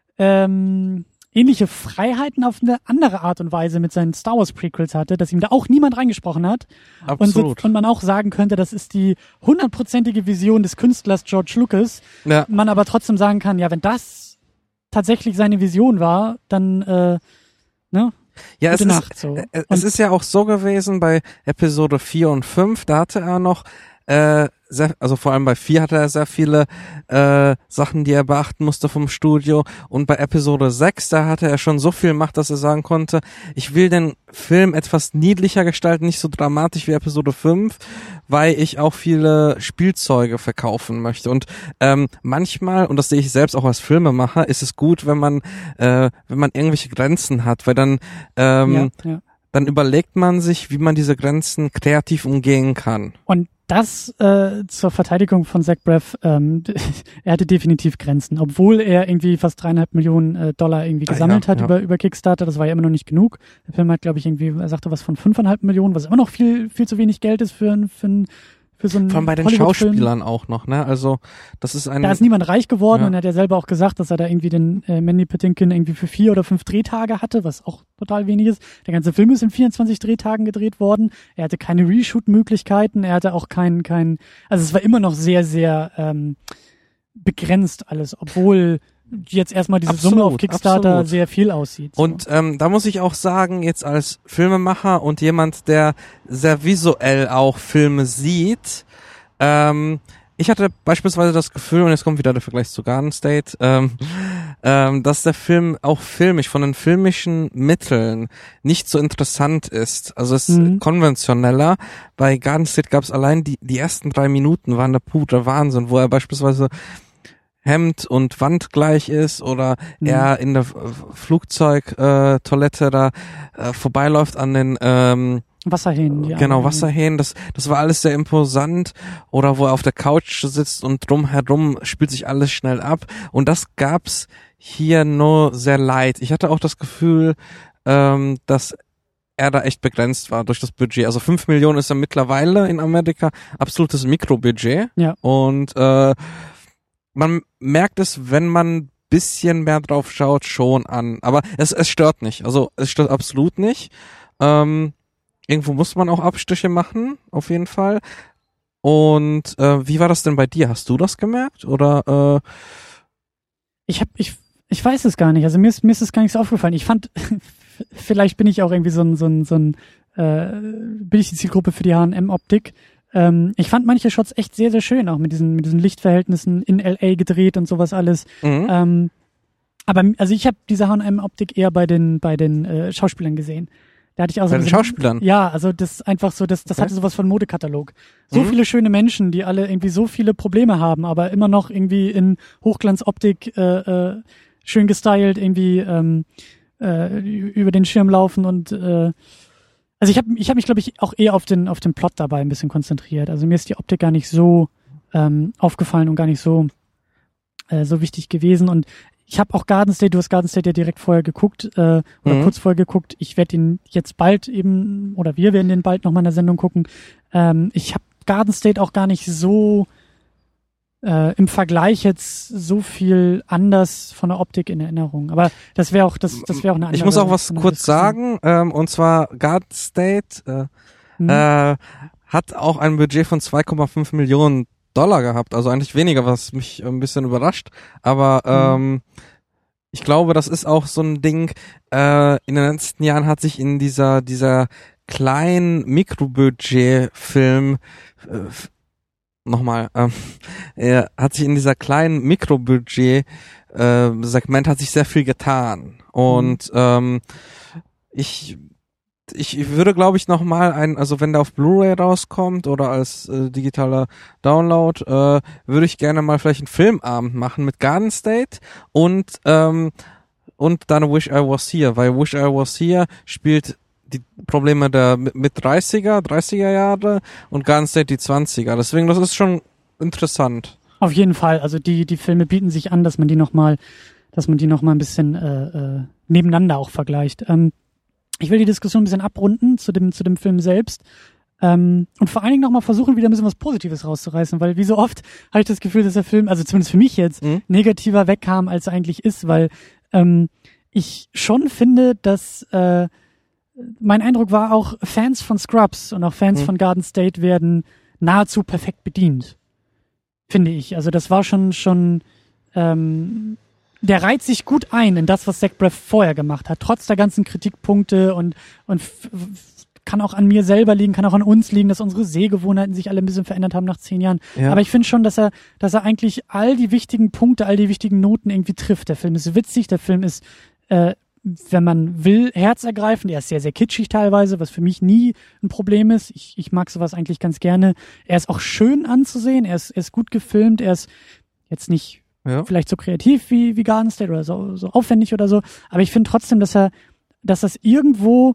Speaker 2: ähm, ähnliche Freiheiten auf eine andere Art und Weise mit seinen Star Wars Prequels hatte, dass ihm da auch niemand reingesprochen hat.
Speaker 3: Absolut.
Speaker 2: Und, und man auch sagen könnte, das ist die hundertprozentige Vision des Künstlers George Lucas. Ja. Man aber trotzdem sagen kann, ja, wenn das tatsächlich seine Vision war, dann, äh, ne?
Speaker 3: Ja, es,
Speaker 2: Nacht,
Speaker 3: ist,
Speaker 2: so.
Speaker 3: es und ist ja auch so gewesen bei Episode vier und fünf, da hatte er noch äh, sehr, also vor allem bei vier hatte er sehr viele äh, Sachen, die er beachten musste vom Studio, und bei Episode sechs, da hatte er schon so viel Macht, dass er sagen konnte, ich will den Film etwas niedlicher gestalten, nicht so dramatisch wie Episode fünf, weil ich auch viele Spielzeuge verkaufen möchte. Und ähm, manchmal, und das sehe ich selbst auch als Filmemacher, ist es gut, wenn man äh, wenn man irgendwelche Grenzen hat, weil dann ähm, ja, ja. dann überlegt man sich, wie man diese Grenzen kreativ umgehen kann.
Speaker 2: Und das äh, zur Verteidigung von Zach Braff, ähm, er hatte definitiv Grenzen, obwohl er irgendwie fast dreieinhalb Millionen äh, Dollar irgendwie gesammelt ja, hat ja. über über Kickstarter. Das war ja immer noch nicht genug. Der Film hat, glaube ich, irgendwie, er sagte was von fünfeinhalb Millionen, was immer noch viel viel zu wenig Geld ist für ein für ein für so einen
Speaker 3: Vor allem bei den Schauspielern auch noch, ne? Also das ist ein.
Speaker 2: Da ist niemand reich geworden, ja. Und er hat ja selber auch gesagt, dass er da irgendwie den äh, Mandy Patinkin irgendwie für vier oder fünf Drehtage hatte, was auch total wenig ist. Der ganze Film ist in vierundzwanzig Drehtagen gedreht worden. Er hatte keine Reshoot-Möglichkeiten, er hatte auch keinen, kein, also es war immer noch sehr, sehr ähm, begrenzt alles, obwohl jetzt erstmal diese absolut, Summe auf Kickstarter absolut. Sehr viel aussieht. So.
Speaker 3: Und ähm, da muss ich auch sagen, jetzt als Filmemacher und jemand, der sehr visuell auch Filme sieht, ähm, ich hatte beispielsweise das Gefühl, und jetzt kommt wieder der Vergleich zu Garden State, ähm, ähm, dass der Film auch filmisch, von den filmischen Mitteln nicht so interessant ist. Also es ist mhm. konventioneller. Bei Garden State gab es allein die, die ersten drei Minuten waren der purer Wahnsinn, wo er beispielsweise Hemd und Wand gleich ist oder mhm. er in der Flugzeugtoilette äh, Toilette da äh, vorbeiläuft an den ähm,
Speaker 2: Wasserhähnen. Ja.
Speaker 3: Genau, Wasserhähnen, das das war alles sehr imposant. Oder wo er auf der Couch sitzt und drumherum spielt sich alles schnell ab. Und das gab's hier nur sehr light. Ich hatte auch das Gefühl, ähm, dass er da echt begrenzt war durch das Budget. Also fünf Millionen ist ja mittlerweile in Amerika absolutes Mikrobudget.
Speaker 2: Ja.
Speaker 3: Und äh, man merkt es, wenn man bisschen mehr drauf schaut, schon an. Aber es, es stört nicht. Also es stört absolut nicht. Ähm, irgendwo muss man auch Abstriche machen, auf jeden Fall. Und äh, wie war das denn bei dir? Hast du das gemerkt? Oder äh
Speaker 2: Ich hab, ich, ich weiß es gar nicht. Also mir ist, mir ist es gar nicht so aufgefallen. Ich fand, vielleicht bin ich auch irgendwie so ein, so ein, so ein, äh, bin ich die Zielgruppe für die H und M-Optik. Ähm, ich fand manche Shots echt sehr, sehr schön, auch mit diesen, mit diesen Lichtverhältnissen in L A gedreht und sowas alles.
Speaker 3: mhm.
Speaker 2: Ähm, aber also ich habe diese H und M-Optik eher bei den, bei den äh, Schauspielern gesehen. Da hatte ich auch so
Speaker 3: Bei den
Speaker 2: so,
Speaker 3: Schauspielern?
Speaker 2: Ja, also das einfach so, das, das
Speaker 3: Okay.
Speaker 2: hatte sowas von Modekatalog. So
Speaker 3: Mhm.
Speaker 2: viele schöne Menschen, die alle irgendwie so viele Probleme haben, aber immer noch irgendwie in Hochglanzoptik äh, äh, schön gestylt irgendwie ähm, äh, über den Schirm laufen und äh, also ich habe ich hab mich, glaube ich, auch eher auf den auf den Plot dabei ein bisschen konzentriert. Also mir ist die Optik gar nicht so ähm, aufgefallen und gar nicht so äh, so wichtig gewesen. Und ich habe auch Garden State, du hast Garden State ja direkt vorher geguckt äh, oder
Speaker 3: Mhm.
Speaker 2: kurz vorher geguckt. Ich werde ihn jetzt bald eben, oder wir werden den bald nochmal in der Sendung gucken. Ähm, ich habe Garden State auch gar nicht so äh, im Vergleich jetzt so viel anders von der Optik in Erinnerung. Aber das wäre auch das, das wäre auch eine andere.
Speaker 3: Ich muss auch was
Speaker 2: andere
Speaker 3: kurz
Speaker 2: Diskussion.
Speaker 3: sagen, ähm, und zwar Garden State äh,
Speaker 2: Hm.
Speaker 3: äh, hat auch ein Budget von zwei Komma fünf Millionen Dollar gehabt, also eigentlich weniger, was mich ein bisschen überrascht, aber ähm, ich glaube, das ist auch so ein Ding, äh, in den letzten Jahren hat sich in dieser dieser kleinen Mikrobudget-Film äh, f- nochmal, ähm, er hat sich in dieser kleinen Mikrobudget äh, Segment hat sich sehr viel getan und ähm, ich ich würde, glaube ich, nochmal ein, also wenn der auf Blu-ray rauskommt oder als äh, digitaler Download, äh, würde ich gerne mal vielleicht einen Filmabend machen mit Garden State und ähm, und dann Wish I Was Here, weil Wish I Was Here spielt die Probleme der mit dreißiger, dreißiger Jahre und Garden State die zwanziger. Deswegen, das ist schon interessant.
Speaker 2: Auf jeden Fall. Also die die Filme bieten sich an, dass man die noch mal, dass man die noch mal ein bisschen äh, äh, nebeneinander auch vergleicht. Ähm, ich will die Diskussion ein bisschen abrunden zu dem zu dem Film selbst. Ähm, und vor allen Dingen nochmal versuchen, wieder ein bisschen was Positives rauszureißen, weil wie so oft habe ich das Gefühl, dass der Film, also zumindest für mich jetzt,
Speaker 3: Mhm.
Speaker 2: negativer wegkam, als er eigentlich ist, weil ähm, ich schon finde, dass äh, mein Eindruck war, auch Fans von Scrubs und auch Fans
Speaker 3: Mhm.
Speaker 2: von Garden State werden nahezu perfekt bedient, finde ich. Also das war schon schon ähm, der reiht sich gut ein in das, was Zach Braff vorher gemacht hat, trotz der ganzen Kritikpunkte und und f- f- kann auch an mir selber liegen, kann auch an uns liegen, dass unsere Sehgewohnheiten sich alle ein bisschen verändert haben nach zehn Jahren.
Speaker 3: Ja.
Speaker 2: Aber ich finde schon, dass er, dass er eigentlich all die wichtigen Punkte, all die wichtigen Noten irgendwie trifft. Der Film ist witzig, der Film ist, äh, wenn man will, herzergreifend. Er ist sehr, sehr kitschig teilweise, was für mich nie ein Problem ist. Ich, ich mag sowas eigentlich ganz gerne. Er ist auch schön anzusehen, er ist, er ist gut gefilmt, er ist jetzt nicht
Speaker 3: Ja.
Speaker 2: vielleicht so kreativ wie, wie Garden State oder so, so aufwendig oder so. Aber ich finde trotzdem, dass er, dass das irgendwo,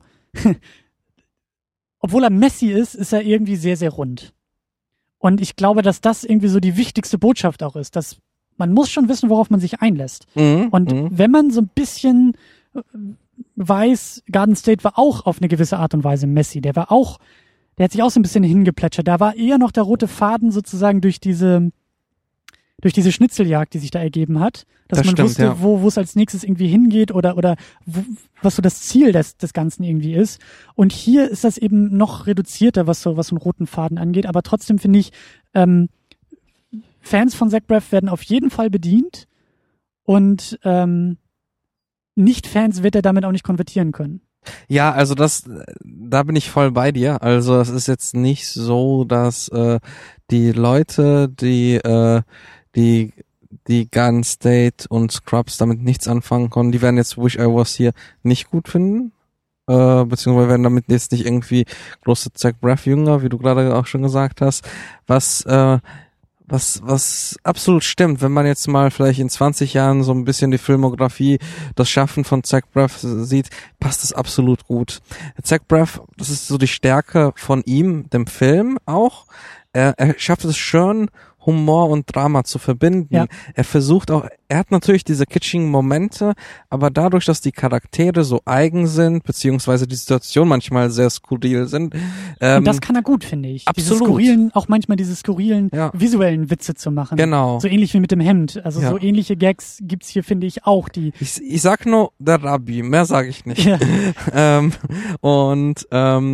Speaker 2: obwohl er messy ist, ist er irgendwie sehr, sehr rund. Und ich glaube, dass das irgendwie so die wichtigste Botschaft auch ist, dass man muss schon wissen, worauf man sich einlässt.
Speaker 3: Mhm.
Speaker 2: Und
Speaker 3: mhm.
Speaker 2: wenn man so ein bisschen äh, weiß, Garden State war auch auf eine gewisse Art und Weise messy, der war auch, der hat sich auch so ein bisschen hingeplätschert. Da war eher noch der rote Faden sozusagen durch diese, durch diese Schnitzeljagd, die sich da ergeben hat, dass
Speaker 3: Das
Speaker 2: man
Speaker 3: stimmt,
Speaker 2: wusste,
Speaker 3: ja.
Speaker 2: wo wo es als nächstes irgendwie hingeht oder oder wo, was so das Ziel des des Ganzen irgendwie ist. Und hier ist das eben noch reduzierter, was so was so einen roten Faden angeht. Aber trotzdem finde ich, ähm, Fans von Zach Braff werden auf jeden Fall bedient und ähm, Nicht-Fans wird er damit auch nicht konvertieren können.
Speaker 3: Ja, also das, da bin ich voll bei dir. Also es ist jetzt nicht so, dass äh, die Leute, die äh, die die Garden State und Scrubs damit nichts anfangen konnten, die werden jetzt Wish I Was Here nicht gut finden, äh, beziehungsweise werden damit jetzt nicht irgendwie große Zach Braff Jünger, wie du gerade auch schon gesagt hast, was äh, Was, was absolut stimmt, wenn man jetzt mal vielleicht in zwanzig Jahren so ein bisschen die Filmografie, das Schaffen von Zach Braff sieht, passt es absolut gut. Zach Braff, das ist so die Stärke von ihm, dem Film auch. Er, er schafft es schön, Humor und Drama zu verbinden.
Speaker 2: Ja.
Speaker 3: Er versucht auch, er hat natürlich diese kitschigen Momente, aber dadurch, dass die Charaktere so eigen sind, beziehungsweise die Situationen manchmal sehr skurril sind. Ähm,
Speaker 2: und das kann er gut, finde ich. Diese
Speaker 3: absolut.
Speaker 2: skurrilen, auch manchmal diese skurrilen
Speaker 3: Ja.
Speaker 2: visuellen Witze zu machen.
Speaker 3: Genau.
Speaker 2: So ähnlich wie mit dem Hemd. Also
Speaker 3: Ja.
Speaker 2: so ähnliche Gags gibt's hier, finde ich, auch, die
Speaker 3: Ich, ich sag nur der Rabbi, mehr sage ich nicht.
Speaker 2: Ja.
Speaker 3: ähm, und ähm,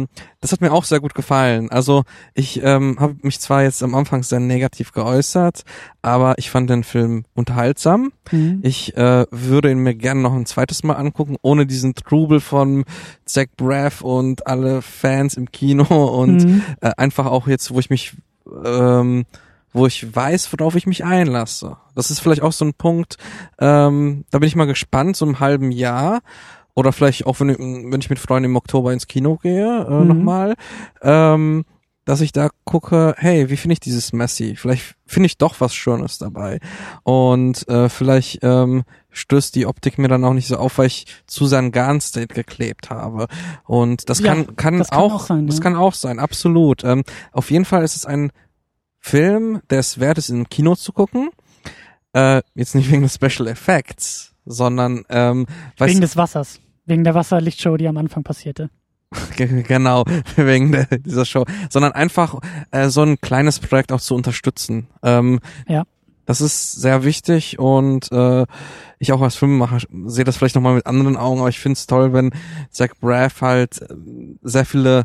Speaker 3: das hat mir auch sehr gut gefallen. Also ich ähm, habe mich zwar jetzt am Anfang sehr negativ geäußert, aber ich fand den Film unterhaltsam. Mhm. Ich äh, würde ihn mir gerne noch ein zweites Mal angucken, ohne diesen Trubel von Zach Braff und alle Fans im Kino und mhm. äh, einfach auch jetzt, wo ich mich ähm, wo ich weiß, worauf ich mich einlasse. Das ist vielleicht auch so ein Punkt, ähm, da bin ich mal gespannt, so im halben Jahr oder vielleicht auch, wenn ich, wenn ich mit Freunden im Oktober ins Kino gehe, äh, mhm. nochmal, ähm, dass ich da gucke, hey, wie finde ich dieses Messi? Vielleicht finde ich doch was Schönes dabei. Und äh, vielleicht ähm, stößt die Optik mir dann auch nicht so auf, weil ich zu seinem Garn-State geklebt habe. Und das kann, ja, kann, das kann auch, auch sein, das ja. kann auch sein, absolut. Ähm, auf jeden Fall ist es ein Film, der es wert ist, im Kino zu gucken. Äh, jetzt nicht wegen des Special Effects, sondern ähm,
Speaker 2: wegen des Wassers. Wegen der Wasserlichtshow, die am Anfang passierte.
Speaker 3: Genau, wegen der, dieser Show. Sondern einfach äh, so ein kleines Projekt auch zu unterstützen. Ähm,
Speaker 2: ja.
Speaker 3: Das ist sehr wichtig und äh, ich auch als Filmemacher sehe das vielleicht nochmal mit anderen Augen, aber ich finde es toll, wenn Zach Braff halt äh, sehr viele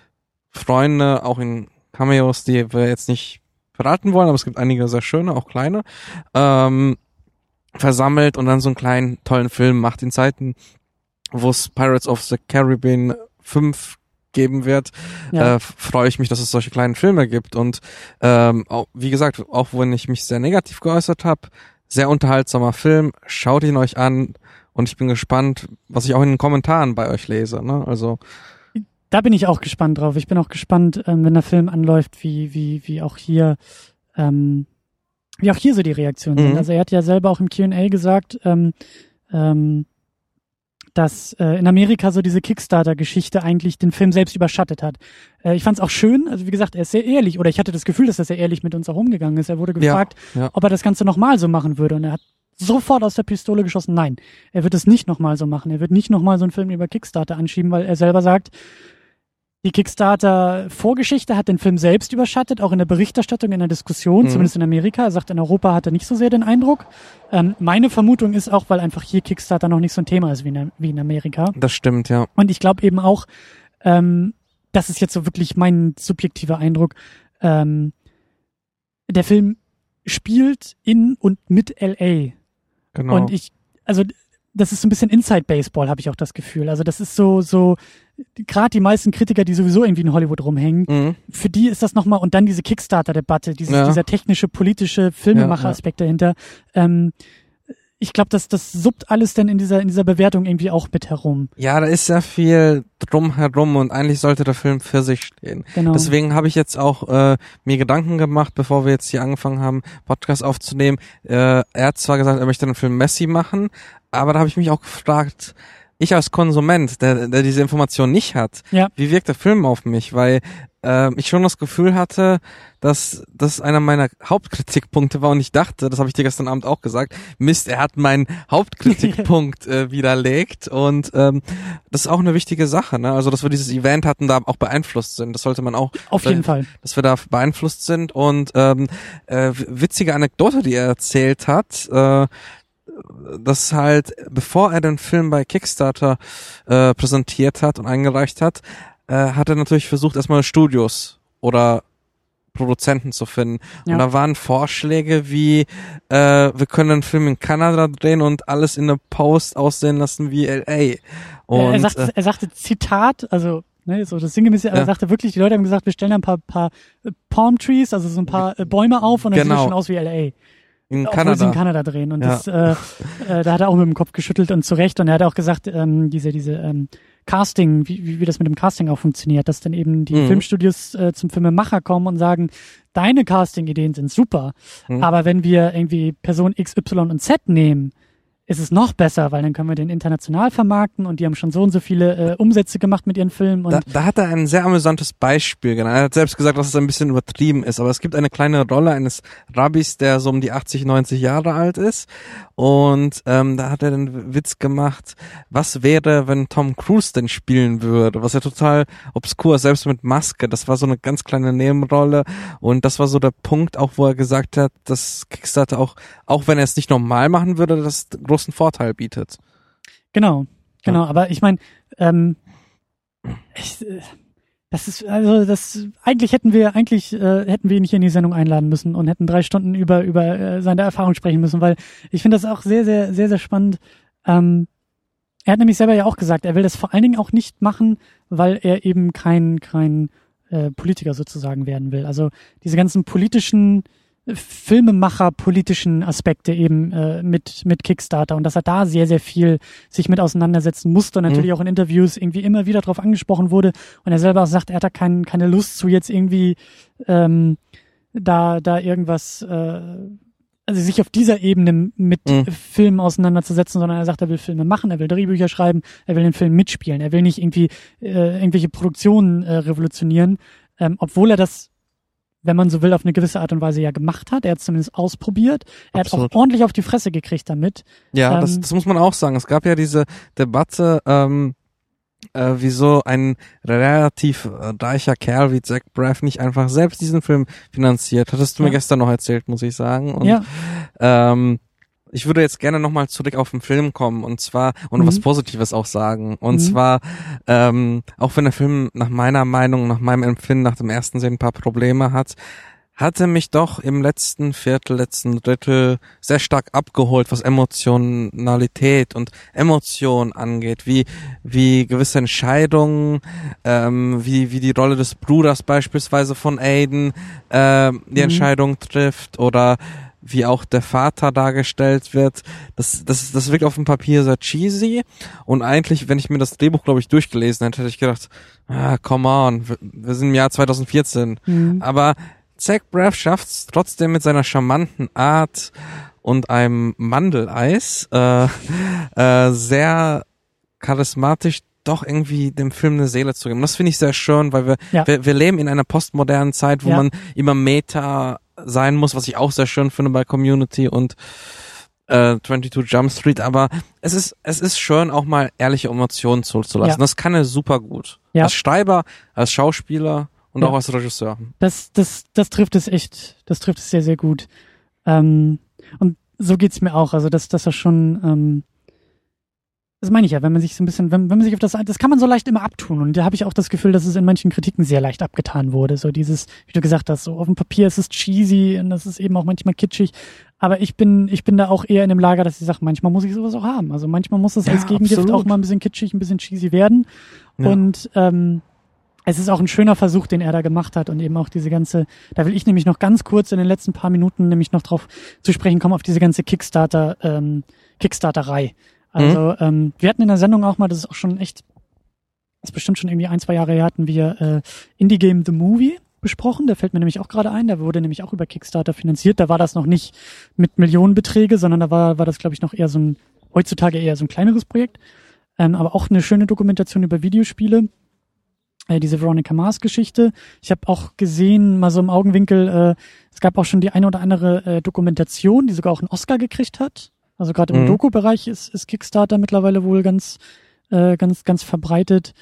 Speaker 3: Freunde, auch in Cameos, die wir jetzt nicht verraten wollen, aber es gibt einige sehr schöne, auch kleine, ähm, versammelt und dann so einen kleinen, tollen Film macht in Zeiten, wo es Pirates of the Caribbean fünf geben wird, ja. äh, freue ich mich, dass es solche kleinen Filme gibt und ähm, auch, wie gesagt, auch wenn ich mich sehr negativ geäußert habe, sehr unterhaltsamer Film, schaut ihn euch an und ich bin gespannt, was ich auch in den Kommentaren bei euch lese, ne? Also
Speaker 2: da bin ich auch gespannt drauf. Ich bin auch gespannt, ähm, wenn der Film anläuft, wie wie wie auch hier ähm, wie auch hier so die Reaktionen mhm. sind. Also er hat ja selber auch im Q and A gesagt, ähm, ähm, dass äh, in Amerika so diese Kickstarter-Geschichte eigentlich den Film selbst überschattet hat. Äh, ich fand es auch schön, also wie gesagt, er ist sehr ehrlich, oder ich hatte das Gefühl, dass er sehr ehrlich mit uns auch umgegangen ist. Er wurde gefragt, ja, ja. ob er das Ganze nochmal so machen würde und er hat sofort aus der Pistole geschossen, nein, er wird es nicht nochmal so machen. Er wird nicht nochmal so einen Film über Kickstarter anschieben, weil er selber sagt, die Kickstarter-Vorgeschichte hat den Film selbst überschattet, auch in der Berichterstattung, in der Diskussion, mhm. zumindest in Amerika. Er sagt, in Europa hat er nicht so sehr den Eindruck. Ähm, meine Vermutung ist auch, weil einfach hier Kickstarter noch nicht so ein Thema ist wie in, wie in Amerika.
Speaker 3: Das stimmt, ja.
Speaker 2: Und ich glaube eben auch, ähm, das ist jetzt so wirklich mein subjektiver Eindruck, ähm, der Film spielt in und mit L A.
Speaker 3: Genau.
Speaker 2: Und ich, also das ist so ein bisschen Inside-Baseball, habe ich auch das Gefühl. Also das ist so, so gerade die meisten Kritiker, die sowieso irgendwie in Hollywood rumhängen, mhm. für die ist das nochmal, und dann diese Kickstarter-Debatte, dieses, ja. dieser technische, politische Filmemacher-Aspekt ja, ja. dahinter. Ähm, ich glaube, das, das suppt alles dann in dieser, in dieser Bewertung irgendwie auch mit herum.
Speaker 3: Ja, da ist sehr viel drumherum und eigentlich sollte der Film für sich stehen.
Speaker 2: Genau.
Speaker 3: Deswegen habe ich jetzt auch äh, mir Gedanken gemacht, bevor wir jetzt hier angefangen haben, Podcast aufzunehmen. Äh, er hat zwar gesagt, er möchte den Film Messi machen, aber da habe ich mich auch gefragt, ich als Konsument, der, der diese Information nicht hat,
Speaker 2: ja.
Speaker 3: wie wirkt der Film auf mich? Weil äh, ich schon das Gefühl hatte, dass das einer meiner Hauptkritikpunkte war und ich dachte, das habe ich dir gestern Abend auch gesagt, Mist, er hat meinen Hauptkritikpunkt äh, widerlegt und ähm, das ist auch eine wichtige Sache, ne? Also, dass wir dieses Event hatten, da auch beeinflusst sind, das sollte man auch
Speaker 2: auf jeden Fall,
Speaker 3: dass wir da beeinflusst sind und ähm, äh, witzige Anekdote, die er erzählt hat, äh, dass halt, bevor er den Film bei Kickstarter äh, präsentiert hat und eingereicht hat, äh, hat er natürlich versucht, erstmal Studios oder Produzenten zu finden. Ja. Und da waren Vorschläge wie, äh, wir können einen Film in Kanada drehen und alles in der Post aussehen lassen wie L A. Und,
Speaker 2: er, sagte, äh, er sagte Zitat, also ne, so das Sinngemäß, ja. er sagte wirklich, die Leute haben gesagt, wir stellen ein paar, paar Palm Trees, also so ein paar äh, Bäume auf und dann
Speaker 3: genau.
Speaker 2: sieht es schon aus wie L A.
Speaker 3: In
Speaker 2: Obwohl
Speaker 3: Kanada.
Speaker 2: sie in Kanada drehen. Und
Speaker 3: ja.
Speaker 2: das, äh, äh, da hat er auch mit dem Kopf geschüttelt und zu Recht. Und er hat auch gesagt, ähm, diese, diese ähm, Casting, wie, wie, wie das mit dem Casting auch funktioniert, dass dann eben die mhm. Filmstudios äh, zum Filmemacher kommen und sagen, deine Casting-Ideen sind super, mhm. aber wenn wir irgendwie Person X, Y und Z nehmen, ist es noch besser, weil dann können wir den international vermarkten und die haben schon so und so viele äh, Umsätze gemacht mit ihren Filmen. Und
Speaker 3: da, da hat er ein sehr amüsantes Beispiel genannt. Er hat selbst gesagt, dass es ein bisschen übertrieben ist, aber es gibt eine kleine Rolle eines Rabbis, der so um die achtzig, neunzig Jahre alt ist und ähm, da hat er den Witz gemacht, was wäre, wenn Tom Cruise denn spielen würde, was ja total obskur ist, selbst mit Maske, das war so eine ganz kleine Nebenrolle und das war so der Punkt auch, wo er gesagt hat, dass Kickstarter auch, auch wenn er es nicht normal machen würde, das großen Vorteil bietet.
Speaker 2: Genau, genau, ja. Aber ich meine, ähm, ich, Das ist, also das, eigentlich hätten wir, eigentlich äh, hätten wir ihn nicht in die Sendung einladen müssen und hätten drei Stunden über über äh, seine Erfahrung sprechen müssen, weil ich finde das auch sehr, sehr, sehr, sehr spannend. Ähm, er hat nämlich selber ja auch gesagt, er will das vor allen Dingen auch nicht machen, weil er eben kein, kein äh, Politiker sozusagen werden will. Also diese ganzen politischen Filmemacher politischen Aspekte eben äh, mit mit Kickstarter und dass er da sehr, sehr viel sich mit auseinandersetzen musste und natürlich mhm. auch in Interviews irgendwie immer wieder drauf angesprochen wurde und er selber auch sagt, er hat da kein, keine Lust zu jetzt irgendwie ähm, da da irgendwas, äh, also sich auf dieser Ebene mit mhm. Filmen auseinanderzusetzen, sondern er sagt, er will Filme machen, er will Drehbücher schreiben, er will den Film mitspielen, er will nicht irgendwie äh, irgendwelche Produktionen äh, revolutionieren, ähm, obwohl er das, wenn man so will, auf eine gewisse Art und Weise ja gemacht hat. Er hat es zumindest ausprobiert. Er Absolut. Hat auch ordentlich auf die Fresse gekriegt damit.
Speaker 3: Ja, ähm, das,
Speaker 2: ähm,
Speaker 3: das muss man auch sagen. Es gab ja diese Debatte, ähm, äh, wieso ein relativ äh, reicher Kerl wie Zach Braff nicht einfach selbst diesen Film finanziert. Hattest du ja. mir gestern noch erzählt, muss ich sagen. Und,
Speaker 2: ja.
Speaker 3: ähm, ich würde jetzt gerne nochmal zurück auf den Film kommen und zwar, und mhm. was Positives auch sagen. Und mhm. zwar, ähm, auch wenn der Film nach meiner Meinung, nach meinem Empfinden, nach dem ersten Sehen ein paar Probleme hat, hat er mich doch im letzten Viertel, letzten Drittel sehr stark abgeholt, was Emotionalität und Emotion angeht, wie, wie gewisse Entscheidungen, ähm, wie, wie die Rolle des Bruders beispielsweise von Aiden, ähm, die mhm. Entscheidung trifft oder wie auch der Vater dargestellt wird. Das, das, das wirkt auf dem Papier sehr cheesy. Und eigentlich, wenn ich mir das Drehbuch, glaube ich, durchgelesen hätte, hätte ich gedacht, ah, come on, wir, wir sind im Jahr zwanzig vierzehn. Mhm. Aber Zach Braff schafft es trotzdem mit seiner charmanten Art und einem Mandeleis äh, äh, sehr charismatisch doch irgendwie dem Film eine Seele zu geben. Das finde ich sehr schön, weil wir, ja. wir wir leben in einer postmodernen Zeit, wo ja. man immer Meta sein muss, was ich auch sehr schön finde bei Community und äh, zweiundzwanzig Jump Street, aber es ist es ist schön, auch mal ehrliche Emotionen zuzulassen. Ja. Das kann er super gut. Ja. Als Schreiber, als Schauspieler und ja. auch als Regisseur.
Speaker 2: Das das das trifft es echt, das trifft es sehr, sehr gut. Ähm, und so geht's mir auch, also dass dass er schon ähm, das meine ich ja, wenn man sich so ein bisschen, wenn, wenn man sich auf das, das kann man so leicht immer abtun und da habe ich auch das Gefühl, dass es in manchen Kritiken sehr leicht abgetan wurde. So dieses, wie du gesagt hast, so auf dem Papier ist es cheesy und das ist eben auch manchmal kitschig. Aber ich bin, ich bin da auch eher in dem Lager, dass ich sage, manchmal muss ich sowas auch haben. Also manchmal muss es ja, als Gegengift absolut. Auch mal ein bisschen kitschig, ein bisschen cheesy werden. Ja. Und ähm, es ist auch ein schöner Versuch, den er da gemacht hat und eben auch diese ganze, da will ich nämlich noch ganz kurz in den letzten paar Minuten nämlich noch drauf zu sprechen kommen, auf diese ganze Kickstarter, ähm, Kickstarterei. Also mhm. ähm, wir hatten in der Sendung auch mal, das ist auch schon echt, das ist bestimmt schon irgendwie ein, zwei Jahre her, hatten wir äh, Indie Game The Movie besprochen. Der fällt mir nämlich auch gerade ein. Der wurde nämlich auch über Kickstarter finanziert. Da war das noch nicht mit Millionenbeträge, sondern da war war das, glaube ich, noch eher so ein, heutzutage eher so ein kleineres Projekt. Ähm, aber auch eine schöne Dokumentation über Videospiele. Äh, diese Veronica Mars Geschichte. Ich habe auch gesehen, mal so im Augenwinkel, äh, es gab auch schon die eine oder andere äh, Dokumentation, die sogar auch einen Oscar gekriegt hat. Also gerade im mhm. Doku-Bereich ist, ist Kickstarter mittlerweile wohl ganz, äh, ganz, ganz verbreitet.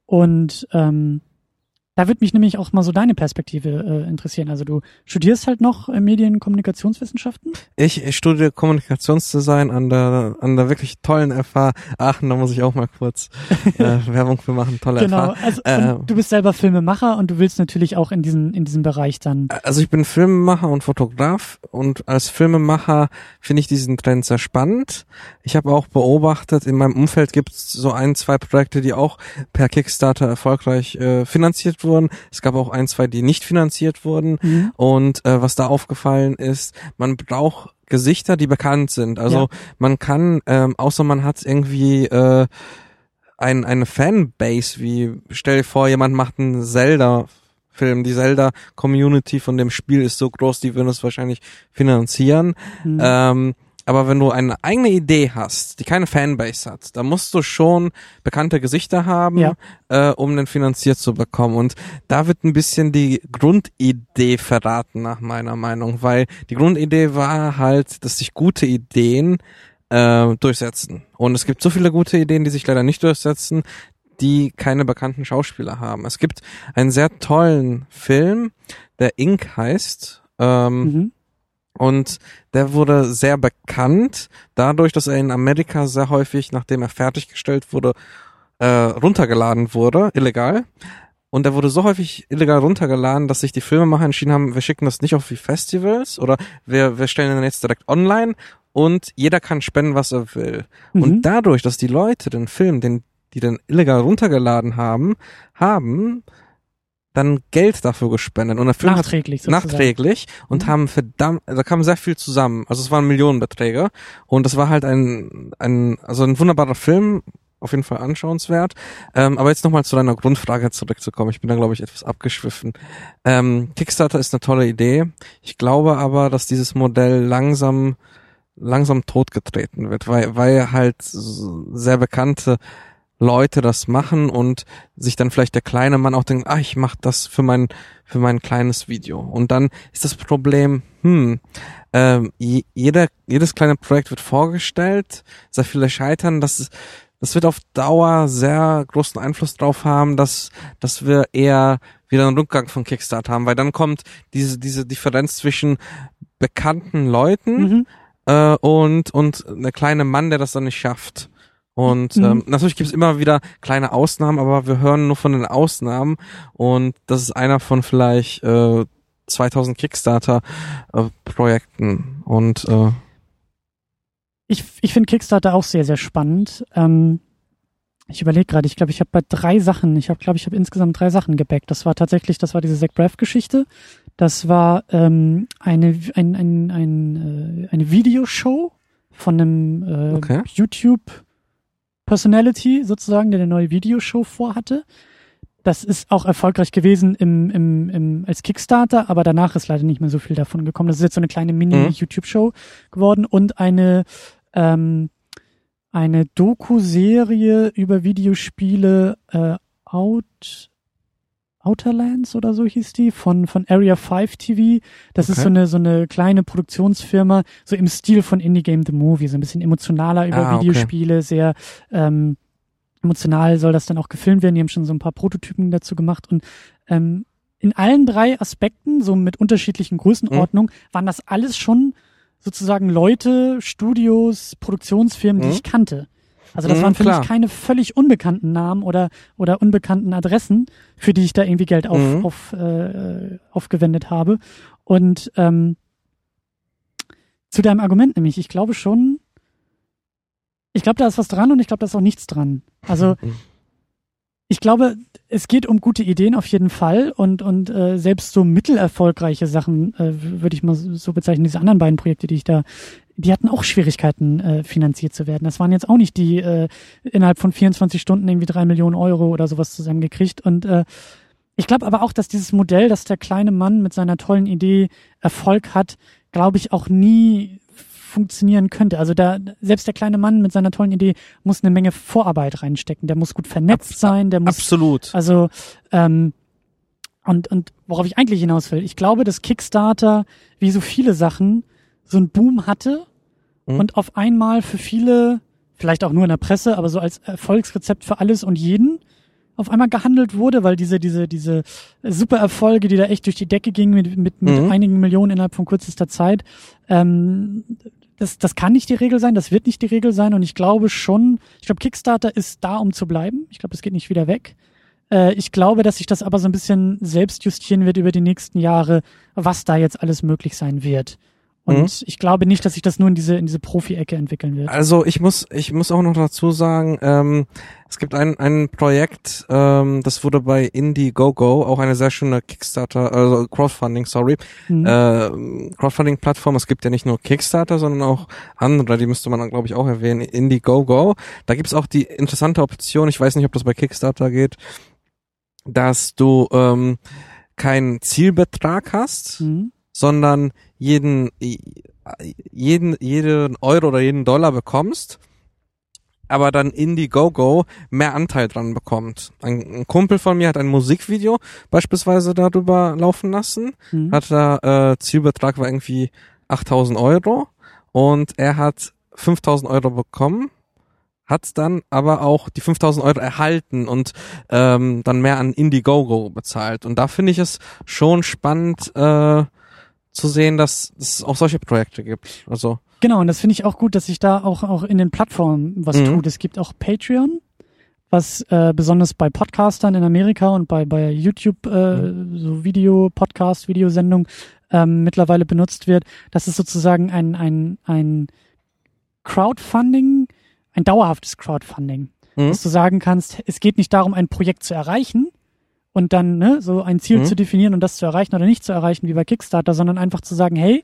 Speaker 2: Und ähm, da würde mich nämlich auch mal so deine Perspektive äh, interessieren. Also du studierst halt noch äh, Medien- und Kommunikationswissenschaften?
Speaker 3: Ich, ich studiere Kommunikationsdesign an der an der wirklich tollen F H Aachen. Da muss ich auch mal kurz äh, Werbung für machen. Tolle
Speaker 2: genau,
Speaker 3: F H.
Speaker 2: Also äh, du bist selber Filmemacher und du willst natürlich auch in diesen in diesem Bereich dann.
Speaker 3: Also ich bin Filmemacher und Fotograf und als Filmemacher finde ich diesen Trend sehr spannend. Ich habe auch beobachtet, in meinem Umfeld gibt es so ein, zwei Projekte, die auch per Kickstarter erfolgreich äh, finanziert wurden. Es gab auch ein, zwei, die nicht finanziert wurden. Mhm. Und äh, was da aufgefallen ist, man braucht Gesichter, die bekannt sind. Also ja. man kann, ähm, außer man hat irgendwie äh, ein, eine Fanbase, wie stell dir vor, jemand macht einen Zelda-Film. Die Zelda-Community von dem Spiel ist so groß, die würden es wahrscheinlich finanzieren. Mhm. Ähm, Aber wenn du eine eigene Idee hast, die keine Fanbase hat, dann musst du schon bekannte Gesichter haben, ja. äh, um den finanziert zu bekommen. Und da wird ein bisschen die Grundidee verraten, nach meiner Meinung. Weil die Grundidee war halt, dass sich gute Ideen äh, durchsetzen. Und es gibt so viele gute Ideen, die sich leider nicht durchsetzen, die keine bekannten Schauspieler haben. Es gibt einen sehr tollen Film, der Ink heißt. Ähm, mhm. Und der wurde sehr bekannt, dadurch, dass er in Amerika sehr häufig, nachdem er fertiggestellt wurde, äh, runtergeladen wurde, illegal. und der wurde so häufig illegal runtergeladen, dass sich die Filmemacher entschieden haben, wir schicken das nicht auf die Festivals oder wir, wir stellen den jetzt direkt online und jeder kann spenden, was er will. Mhm. Und dadurch, dass die Leute den Film, den, die den illegal runtergeladen haben, haben dann Geld dafür gespendet. Und der Film
Speaker 2: nachträglich
Speaker 3: hat nachträglich und mhm. haben verdammt, da kam sehr viel zusammen. Also es waren Millionenbeträge und das war halt ein, ein, also ein wunderbarer Film, auf jeden Fall anschauenswert. Ähm, aber jetzt nochmal zu deiner Grundfrage zurückzukommen. Ich bin da, glaube ich, etwas abgeschwiffen. Ähm, Kickstarter ist eine tolle Idee. Ich glaube aber, dass dieses Modell langsam, langsam totgetreten wird, weil, weil halt sehr bekannte Leute das machen und sich dann vielleicht der kleine Mann auch denkt, ah, ich mache das für mein für mein kleines Video. Und dann ist das Problem, hm, ähm, jeder jedes kleine Projekt wird vorgestellt, sehr viele scheitern, das ist, das wird auf Dauer sehr großen Einfluss drauf haben, dass dass wir eher wieder einen Rückgang von Kickstarter haben, weil dann kommt diese diese Differenz zwischen bekannten Leuten mhm. äh, und und der kleine Mann, der das dann nicht schafft. Und ähm, mhm. natürlich gibt es immer wieder kleine Ausnahmen, aber wir hören nur von den Ausnahmen und das ist einer von vielleicht äh, zweitausend Kickstarter-Projekten. Äh, und äh,
Speaker 2: ich ich finde Kickstarter auch sehr, sehr spannend. Ähm, ich überlege gerade, ich glaube, ich habe bei drei Sachen, ich habe, glaube ich, habe insgesamt drei Sachen gebackt. Das war tatsächlich, das war diese Zach Braff-Geschichte. Das war ähm, eine ein, ein, ein, äh, eine Videoshow von einem äh, okay. YouTube Personality sozusagen, der eine neue Videoshow vorhatte. Das ist auch erfolgreich gewesen im, im, im, als Kickstarter, aber danach ist leider nicht mehr so viel davon gekommen. Das ist jetzt so eine kleine Mini-YouTube-Show geworden und eine, ähm, eine Doku-Serie über Videospiele, äh, Out, Outerlands oder so hieß die, von, von Area fünf T V. Das okay. ist so eine, so eine kleine Produktionsfirma, so im Stil von Indie Game The Movie, so ein bisschen emotionaler über ah, Videospiele, okay. sehr, ähm, emotional soll das dann auch gefilmt werden. Die haben schon so ein paar Prototypen dazu gemacht und, ähm, in allen drei Aspekten, so mit unterschiedlichen Größenordnungen, mhm. waren das alles schon sozusagen Leute, Studios, Produktionsfirmen, mhm. die ich kannte. Also das mhm, waren für klar. mich keine völlig unbekannten Namen oder oder unbekannten Adressen, für die ich da irgendwie Geld auf, mhm. auf äh, aufgewendet habe. Und ähm, zu deinem Argument nämlich, ich glaube schon, ich glaube, da ist was dran und ich glaube, da ist auch nichts dran. Also ich glaube, es geht um gute Ideen auf jeden Fall und und äh, selbst so mittelerfolgreiche Sachen, äh, würde ich mal so bezeichnen, diese anderen beiden Projekte, die ich da, die hatten auch Schwierigkeiten, äh, finanziert zu werden. Das waren jetzt auch nicht die äh, innerhalb von vierundzwanzig Stunden irgendwie drei Millionen Euro oder sowas zusammengekriegt. Und äh, ich glaube aber auch, dass dieses Modell, dass der kleine Mann mit seiner tollen Idee Erfolg hat, glaube ich auch nie funktionieren könnte. Also da selbst der kleine Mann mit seiner tollen Idee muss eine Menge Vorarbeit reinstecken. Der muss gut vernetzt Ab, sein. Der muss
Speaker 3: absolut.
Speaker 2: Also ähm, und und worauf ich eigentlich hinaus will, ich glaube, dass Kickstarter wie so viele Sachen so einen Boom hatte mhm. und auf einmal für viele, vielleicht auch nur in der Presse, aber so als Erfolgsrezept für alles und jeden auf einmal gehandelt wurde, weil diese diese diese super Erfolge, die da echt durch die Decke gingen mit mit, mit mhm. einigen Millionen innerhalb von kürzester Zeit, ähm, das das kann nicht die Regel sein, das wird nicht die Regel sein und ich glaube schon, ich glaube Kickstarter ist da, um zu bleiben. Ich glaube, es geht nicht wieder weg. Äh, ich glaube, dass sich das aber so ein bisschen selbst justieren wird über die nächsten Jahre, was da jetzt alles möglich sein wird. Und mhm. ich glaube nicht, dass sich das nur in diese in diese Profi-Ecke entwickeln wird.
Speaker 3: Also ich muss ich muss auch noch dazu sagen, ähm, es gibt ein ein Projekt, ähm, das wurde bei Indiegogo, auch eine sehr schöne Kickstarter, also Crowdfunding, sorry, mhm. äh, Crowdfunding-Plattform. Es gibt ja nicht nur Kickstarter, sondern auch andere, die müsste man dann, glaube ich, auch erwähnen, Indiegogo. Da gibt es auch die interessante Option, ich weiß nicht, ob das bei Kickstarter geht, dass du ähm, keinen Zielbetrag hast, mhm. sondern jeden, jeden, jeden Euro oder jeden Dollar bekommst, aber dann Indiegogo mehr Anteil dran bekommt. Ein, ein Kumpel von mir hat ein Musikvideo beispielsweise darüber laufen lassen, mhm. hat da, äh, Zielbetrag war irgendwie achttausend Euro und er hat fünftausend Euro bekommen, hat dann aber auch die fünftausend Euro erhalten und ähm, dann mehr an Indiegogo bezahlt. Und da finde ich es schon spannend, äh, zu sehen, dass es auch solche Projekte gibt. Also
Speaker 2: genau, und das finde ich auch gut, dass sich da auch auch in den Plattformen was mhm. tut. Es gibt auch Patreon was äh, besonders bei Podcastern in Amerika und bei bei YouTube äh, mhm. so Video Podcast Videosendung ähm, mittlerweile benutzt wird. Das ist sozusagen ein ein ein Crowdfunding, ein dauerhaftes Crowdfunding, mhm. dass du sagen kannst, es geht nicht darum, ein Projekt zu erreichen und dann ne, so ein Ziel mhm. zu definieren und das zu erreichen oder nicht zu erreichen wie bei Kickstarter, sondern einfach zu sagen, hey,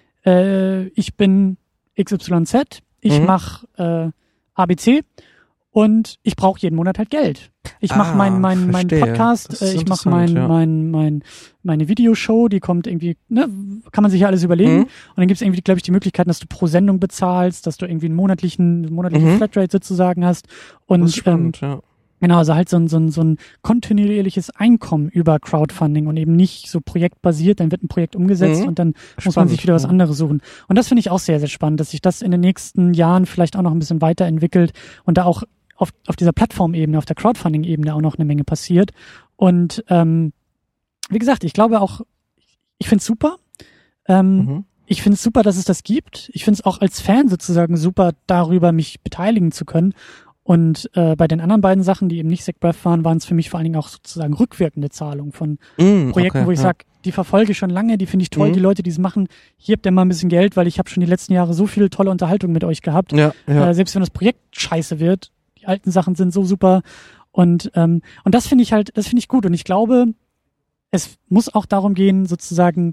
Speaker 2: äh, ich bin X Y Z, ich mhm. mache äh, A B C und ich brauche jeden Monat halt Geld. Ich mache ah, meinen mein, mein Podcast, äh, ich mache mein, ja. mein, mein, meine Videoshow, die kommt irgendwie, ne, kann man sich ja alles überlegen. Mhm. Und dann gibt es irgendwie, glaube ich, die Möglichkeit, dass du pro Sendung bezahlst, dass du irgendwie einen monatlichen, monatlichen mhm. Flatrate sozusagen hast. Und das ist spannend, ähm, ja. Genau, also halt so ein, so ein, so ein kontinuierliches Einkommen über Crowdfunding und eben nicht so projektbasiert, dann wird ein Projekt umgesetzt mhm. und dann spannend, muss man sich wieder was anderes suchen. Und das finde ich auch sehr, sehr spannend, dass sich das in den nächsten Jahren vielleicht auch noch ein bisschen weiterentwickelt und da auch auf, auf dieser Plattformebene, auf der Crowdfunding-Ebene auch noch eine Menge passiert. Und ähm, wie gesagt, ich glaube auch, ich finde es super. Ähm, mhm. Ich finde es super, dass es das gibt. Ich finde es auch als Fan sozusagen super, darüber mich beteiligen zu können. Und äh, bei den anderen beiden Sachen, die eben nicht ZachBraff waren, waren es für mich vor allen Dingen auch sozusagen rückwirkende Zahlungen von mm, Projekten, okay, wo ich ja. sage, die verfolge ich schon lange, die finde ich toll, mm. die Leute, die es machen, hier habt ihr mal ein bisschen Geld, weil ich habe schon die letzten Jahre so viel tolle Unterhaltung mit euch gehabt. Ja, ja. Äh, selbst wenn das Projekt scheiße wird, die alten Sachen sind so super. Und ähm, und das finde ich halt, das finde ich gut. Und ich glaube, es muss auch darum gehen, sozusagen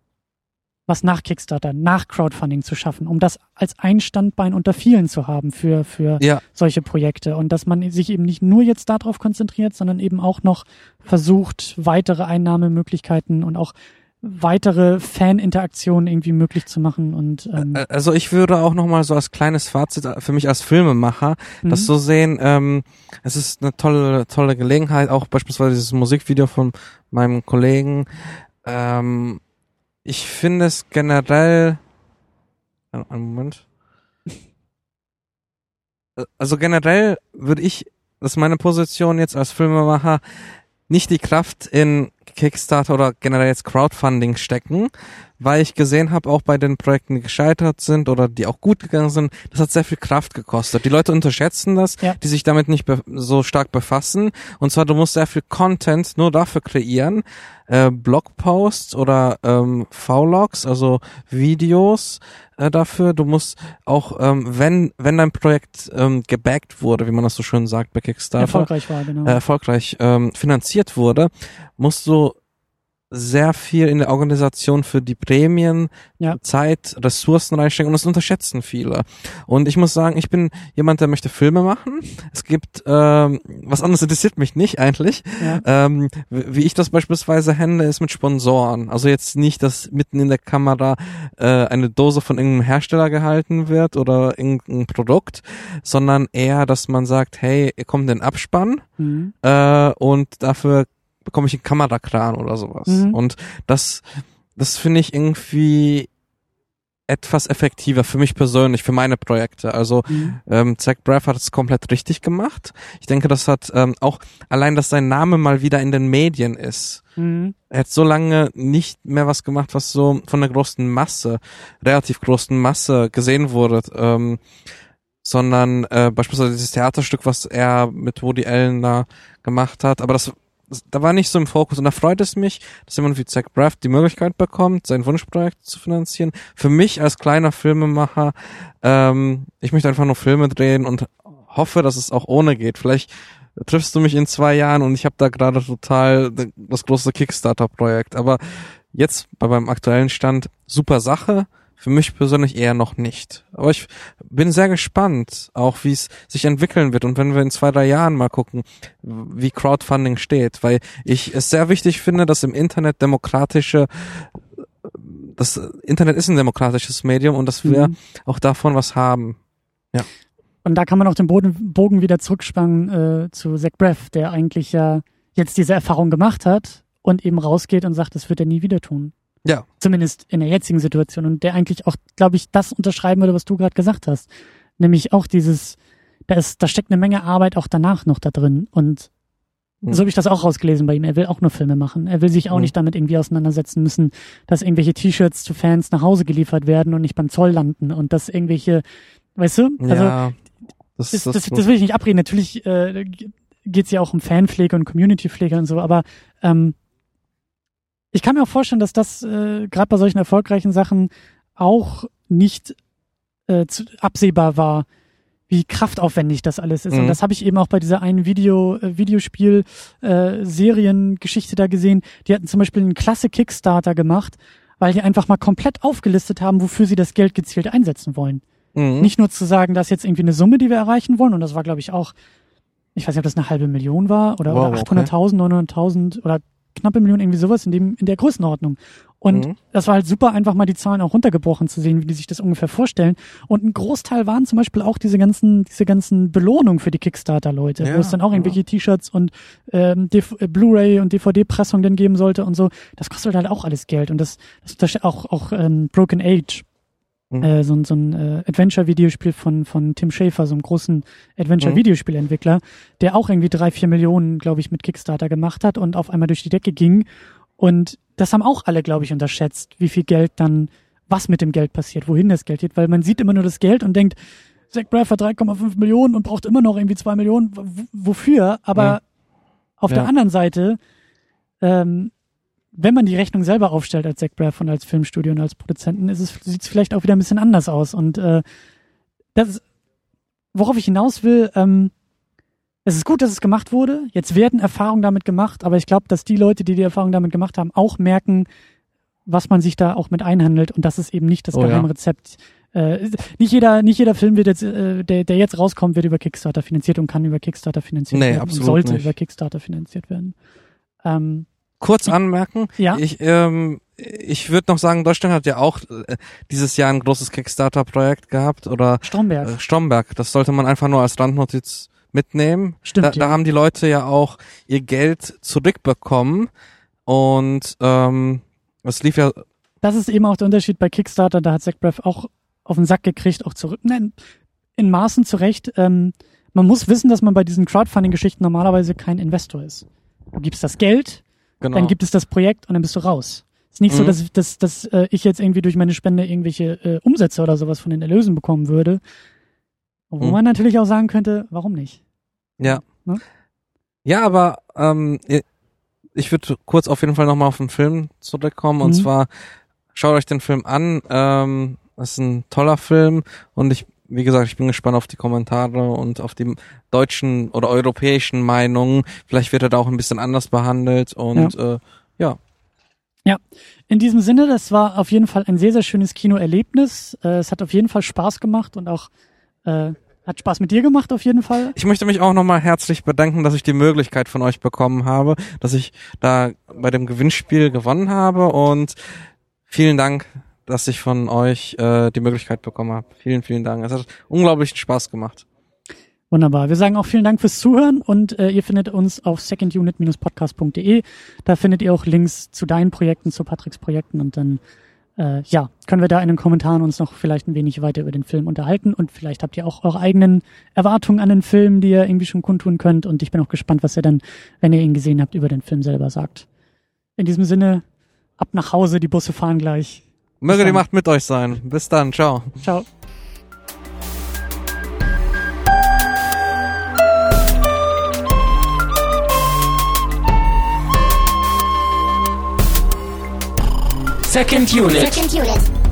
Speaker 2: was nach Kickstarter, nach Crowdfunding zu schaffen, um das als ein Standbein unter vielen zu haben für für ja. solche Projekte und dass man sich eben nicht nur jetzt darauf konzentriert, sondern eben auch noch versucht, weitere Einnahmemöglichkeiten und auch weitere Fan-Interaktionen irgendwie möglich zu machen. Und ähm,
Speaker 3: also ich würde auch noch mal so als kleines Fazit für mich als Filmemacher mhm. das so sehen, ähm, es ist eine tolle tolle Gelegenheit, auch beispielsweise dieses Musikvideo von meinem Kollegen, ähm, ich finde es generell, einen Moment, also generell würde ich, das ist meine Position jetzt als Filmemacher, nicht die Kraft in Kickstarter oder generell jetzt Crowdfunding stecken, weil ich gesehen habe, auch bei den Projekten, die gescheitert sind oder die auch gut gegangen sind, das hat sehr viel Kraft gekostet. Die Leute unterschätzen das, ja. die sich damit nicht be- so stark befassen. Und zwar, du musst sehr viel Content nur dafür kreieren, äh, Blogposts oder ähm, V-Logs, also Videos äh, dafür. Du musst auch, ähm, wenn wenn dein Projekt ähm, gebackt wurde, wie man das so schön sagt bei Kickstarter,
Speaker 2: erfolgreich war, genau,
Speaker 3: äh, erfolgreich ähm, finanziert wurde, musst du sehr viel in der Organisation für die Prämien, ja. Zeit, Ressourcen reinstecken und das unterschätzen viele. Und ich muss sagen, ich bin jemand, der möchte Filme machen. Es gibt, ähm, was anderes interessiert mich nicht eigentlich. Ja. Ähm, wie ich das beispielsweise handle, ist mit Sponsoren. Also jetzt nicht, dass mitten in der Kamera äh, eine Dose von irgendeinem Hersteller gehalten wird oder irgendein Produkt, sondern eher, dass man sagt, hey, ihr kommt in den Abspann mhm. äh, und dafür bekomme ich einen Kamerakran oder sowas. Mhm. Und das, das finde ich irgendwie etwas effektiver für mich persönlich, für meine Projekte. Also mhm. ähm, ZachBraff hat es komplett richtig gemacht. Ich denke, das hat ähm, auch allein, dass sein Name mal wieder in den Medien ist. Mhm. Er hat so lange nicht mehr was gemacht, was so von der großen Masse, relativ großen Masse gesehen wurde. Ähm, sondern äh, beispielsweise dieses Theaterstück, was er mit Woody Allen da gemacht hat. Aber das da war nicht so im Fokus und da freut es mich, dass jemand wie ZachBraff die Möglichkeit bekommt, sein Wunschprojekt zu finanzieren. Für mich als kleiner Filmemacher, ähm, ich möchte einfach nur Filme drehen und hoffe, dass es auch ohne geht. Vielleicht triffst du mich in zwei Jahren und ich habe da gerade total das große Kickstarter-Projekt. Aber jetzt bei meinem aktuellen Stand super Sache. Für mich persönlich eher noch nicht. Aber ich bin sehr gespannt, auch wie es sich entwickeln wird. Und wenn wir in zwei, drei Jahren mal gucken, wie Crowdfunding steht. Weil ich es sehr wichtig finde, dass im Internet demokratische, das Internet ist ein demokratisches Medium und dass wir mhm. auch davon was haben. Ja.
Speaker 2: Und da kann man auch den Boden, Bogen wieder zurückspannen äh, zu ZachBraff, der eigentlich ja jetzt diese Erfahrung gemacht hat und eben rausgeht und sagt, das wird er nie wieder tun.
Speaker 3: Ja.
Speaker 2: Zumindest in der jetzigen Situation. Und der eigentlich auch, glaube ich, das unterschreiben würde, was du gerade gesagt hast. Nämlich auch dieses, da ist, da steckt eine Menge Arbeit auch danach noch da drin. Und mhm. so habe ich das auch rausgelesen bei ihm. Er will auch nur Filme machen. Er will sich auch mhm. nicht damit irgendwie auseinandersetzen müssen, dass irgendwelche T-Shirts zu Fans nach Hause geliefert werden und nicht beim Zoll landen. Und dass irgendwelche, weißt du? Also,
Speaker 3: ja,
Speaker 2: das, das, das, das will ich nicht abreden. Natürlich, äh, geht's ja auch um Fanpflege und Community-Pflege und so, aber ähm, ich kann mir auch vorstellen, dass das äh, gerade bei solchen erfolgreichen Sachen auch nicht äh, zu, absehbar war, wie kraftaufwendig das alles ist. Mhm. Und das habe ich eben auch bei dieser einen Video, äh, Videospiel äh, Seriengeschichte da gesehen. Die hatten zum Beispiel einen klasse Kickstarter gemacht, weil die einfach mal komplett aufgelistet haben, wofür sie das Geld gezielt einsetzen wollen. Mhm. Nicht nur zu sagen, das ist jetzt irgendwie eine Summe, die wir erreichen wollen. Und das war, glaube ich, auch, ich weiß nicht, ob das eine halbe Million war oder, wow, oder achthunderttausend, okay. neunhunderttausend oder knappe Million, irgendwie sowas in dem in der Größenordnung. Und mhm. das war halt super, einfach mal die Zahlen auch runtergebrochen zu sehen, wie die sich das ungefähr vorstellen. Und ein Großteil waren zum Beispiel auch diese ganzen diese ganzen Belohnungen für die Kickstarter-Leute, ja, wo es dann auch ja. irgendwelche T-Shirts und ähm, D V- Blu-ray und D V D-Pressung dann geben sollte und so. Das kostet halt auch alles Geld. Und das, das, das auch auch ähm, Broken Age, mhm. äh, so, so ein äh, Adventure-Videospiel von von Tim Schafer, so einem großen Adventure-Videospielentwickler, der auch irgendwie drei, vier Millionen, glaube ich, mit Kickstarter gemacht hat und auf einmal durch die Decke ging. Und das haben auch alle, glaube ich, unterschätzt, wie viel Geld dann, was mit dem Geld passiert, wohin das Geld geht, weil man sieht immer nur das Geld und denkt, Zach Braff hat drei Komma fünf Millionen und braucht immer noch irgendwie zwei Millionen, w- wofür? Aber ja. auf ja. der anderen Seite, ähm, wenn man die Rechnung selber aufstellt als Zach Braff und als Filmstudio und als Produzenten, ist es, sieht es vielleicht auch wieder ein bisschen anders aus. Und äh, das, worauf ich hinaus will, ähm, es ist gut, dass es gemacht wurde. Jetzt werden Erfahrungen damit gemacht, aber ich glaube, dass die Leute, die die Erfahrung damit gemacht haben, auch merken, was man sich da auch mit einhandelt und das ist eben nicht das oh, Geheimrezept. Ja. Äh, nicht jeder, nicht jeder Film wird jetzt, äh, der, der jetzt rauskommt, wird über Kickstarter finanziert und kann über Kickstarter finanziert
Speaker 3: nee,
Speaker 2: werden
Speaker 3: absolut
Speaker 2: und sollte
Speaker 3: nicht.
Speaker 2: über Kickstarter finanziert werden. Ähm,
Speaker 3: Kurz anmerken,
Speaker 2: ja?
Speaker 3: ich, ähm, ich würde noch sagen, Deutschland hat ja auch äh, dieses Jahr ein großes Kickstarter-Projekt gehabt oder
Speaker 2: Stromberg.
Speaker 3: Äh, Stromberg. Das sollte man einfach nur als Randnotiz mitnehmen.
Speaker 2: Stimmt,
Speaker 3: da,
Speaker 2: ja.
Speaker 3: da haben die Leute ja auch ihr Geld zurückbekommen und ähm, es lief ja.
Speaker 2: Das ist eben auch der Unterschied bei Kickstarter, da hat Zach Braff auch auf den Sack gekriegt, auch zurück, nein, in Maßen zurecht. Ähm, man muss wissen, dass man bei diesen Crowdfunding-Geschichten normalerweise kein Investor ist. Du gibst das Geld, genau. Dann gibt es das Projekt und dann bist du raus. Ist nicht mhm. so, dass, ich, dass, dass äh, ich jetzt irgendwie durch meine Spende irgendwelche äh, Umsätze oder sowas von den Erlösen bekommen würde. Wo mhm. man natürlich auch sagen könnte, warum nicht?
Speaker 3: Ja.
Speaker 2: Ne?
Speaker 3: Ja, aber ähm, ich würde kurz auf jeden Fall nochmal auf den Film zurückkommen. Mhm. Und zwar, schaut euch den Film an. Ähm, das ist ein toller Film. Und ich, wie gesagt, ich bin gespannt auf die Kommentare und auf die deutschen oder europäischen Meinungen. Vielleicht wird er da auch ein bisschen anders behandelt. Und ja. Äh, ja.
Speaker 2: Ja, in diesem Sinne, das war auf jeden Fall ein sehr, sehr schönes Kinoerlebnis. Äh, es hat auf jeden Fall Spaß gemacht und auch äh, hat Spaß mit dir gemacht auf jeden Fall.
Speaker 3: Ich möchte mich auch nochmal herzlich bedanken, dass ich die Möglichkeit von euch bekommen habe, dass ich da bei dem Gewinnspiel gewonnen habe und vielen Dank, dass ich von euch äh, die Möglichkeit bekommen habe. Vielen, vielen Dank. Es hat unglaublich Spaß gemacht.
Speaker 2: Wunderbar. Wir sagen auch vielen Dank fürs Zuhören und äh, ihr findet uns auf second unit dash podcast punkt de. Da findet ihr auch Links zu deinen Projekten, zu Patricks Projekten und dann Äh, ja, können wir da in den Kommentaren uns noch vielleicht ein wenig weiter über den Film unterhalten und vielleicht habt ihr auch eure eigenen Erwartungen an den Film, die ihr irgendwie schon kundtun könnt und ich bin auch gespannt, was ihr dann, wenn ihr ihn gesehen habt, über den Film selber sagt. In diesem Sinne, ab nach Hause, die Busse fahren gleich.
Speaker 3: Möge die Macht mit euch sein. Bis dann, ciao.
Speaker 2: Ciao.
Speaker 1: Second Unit. Second Unit.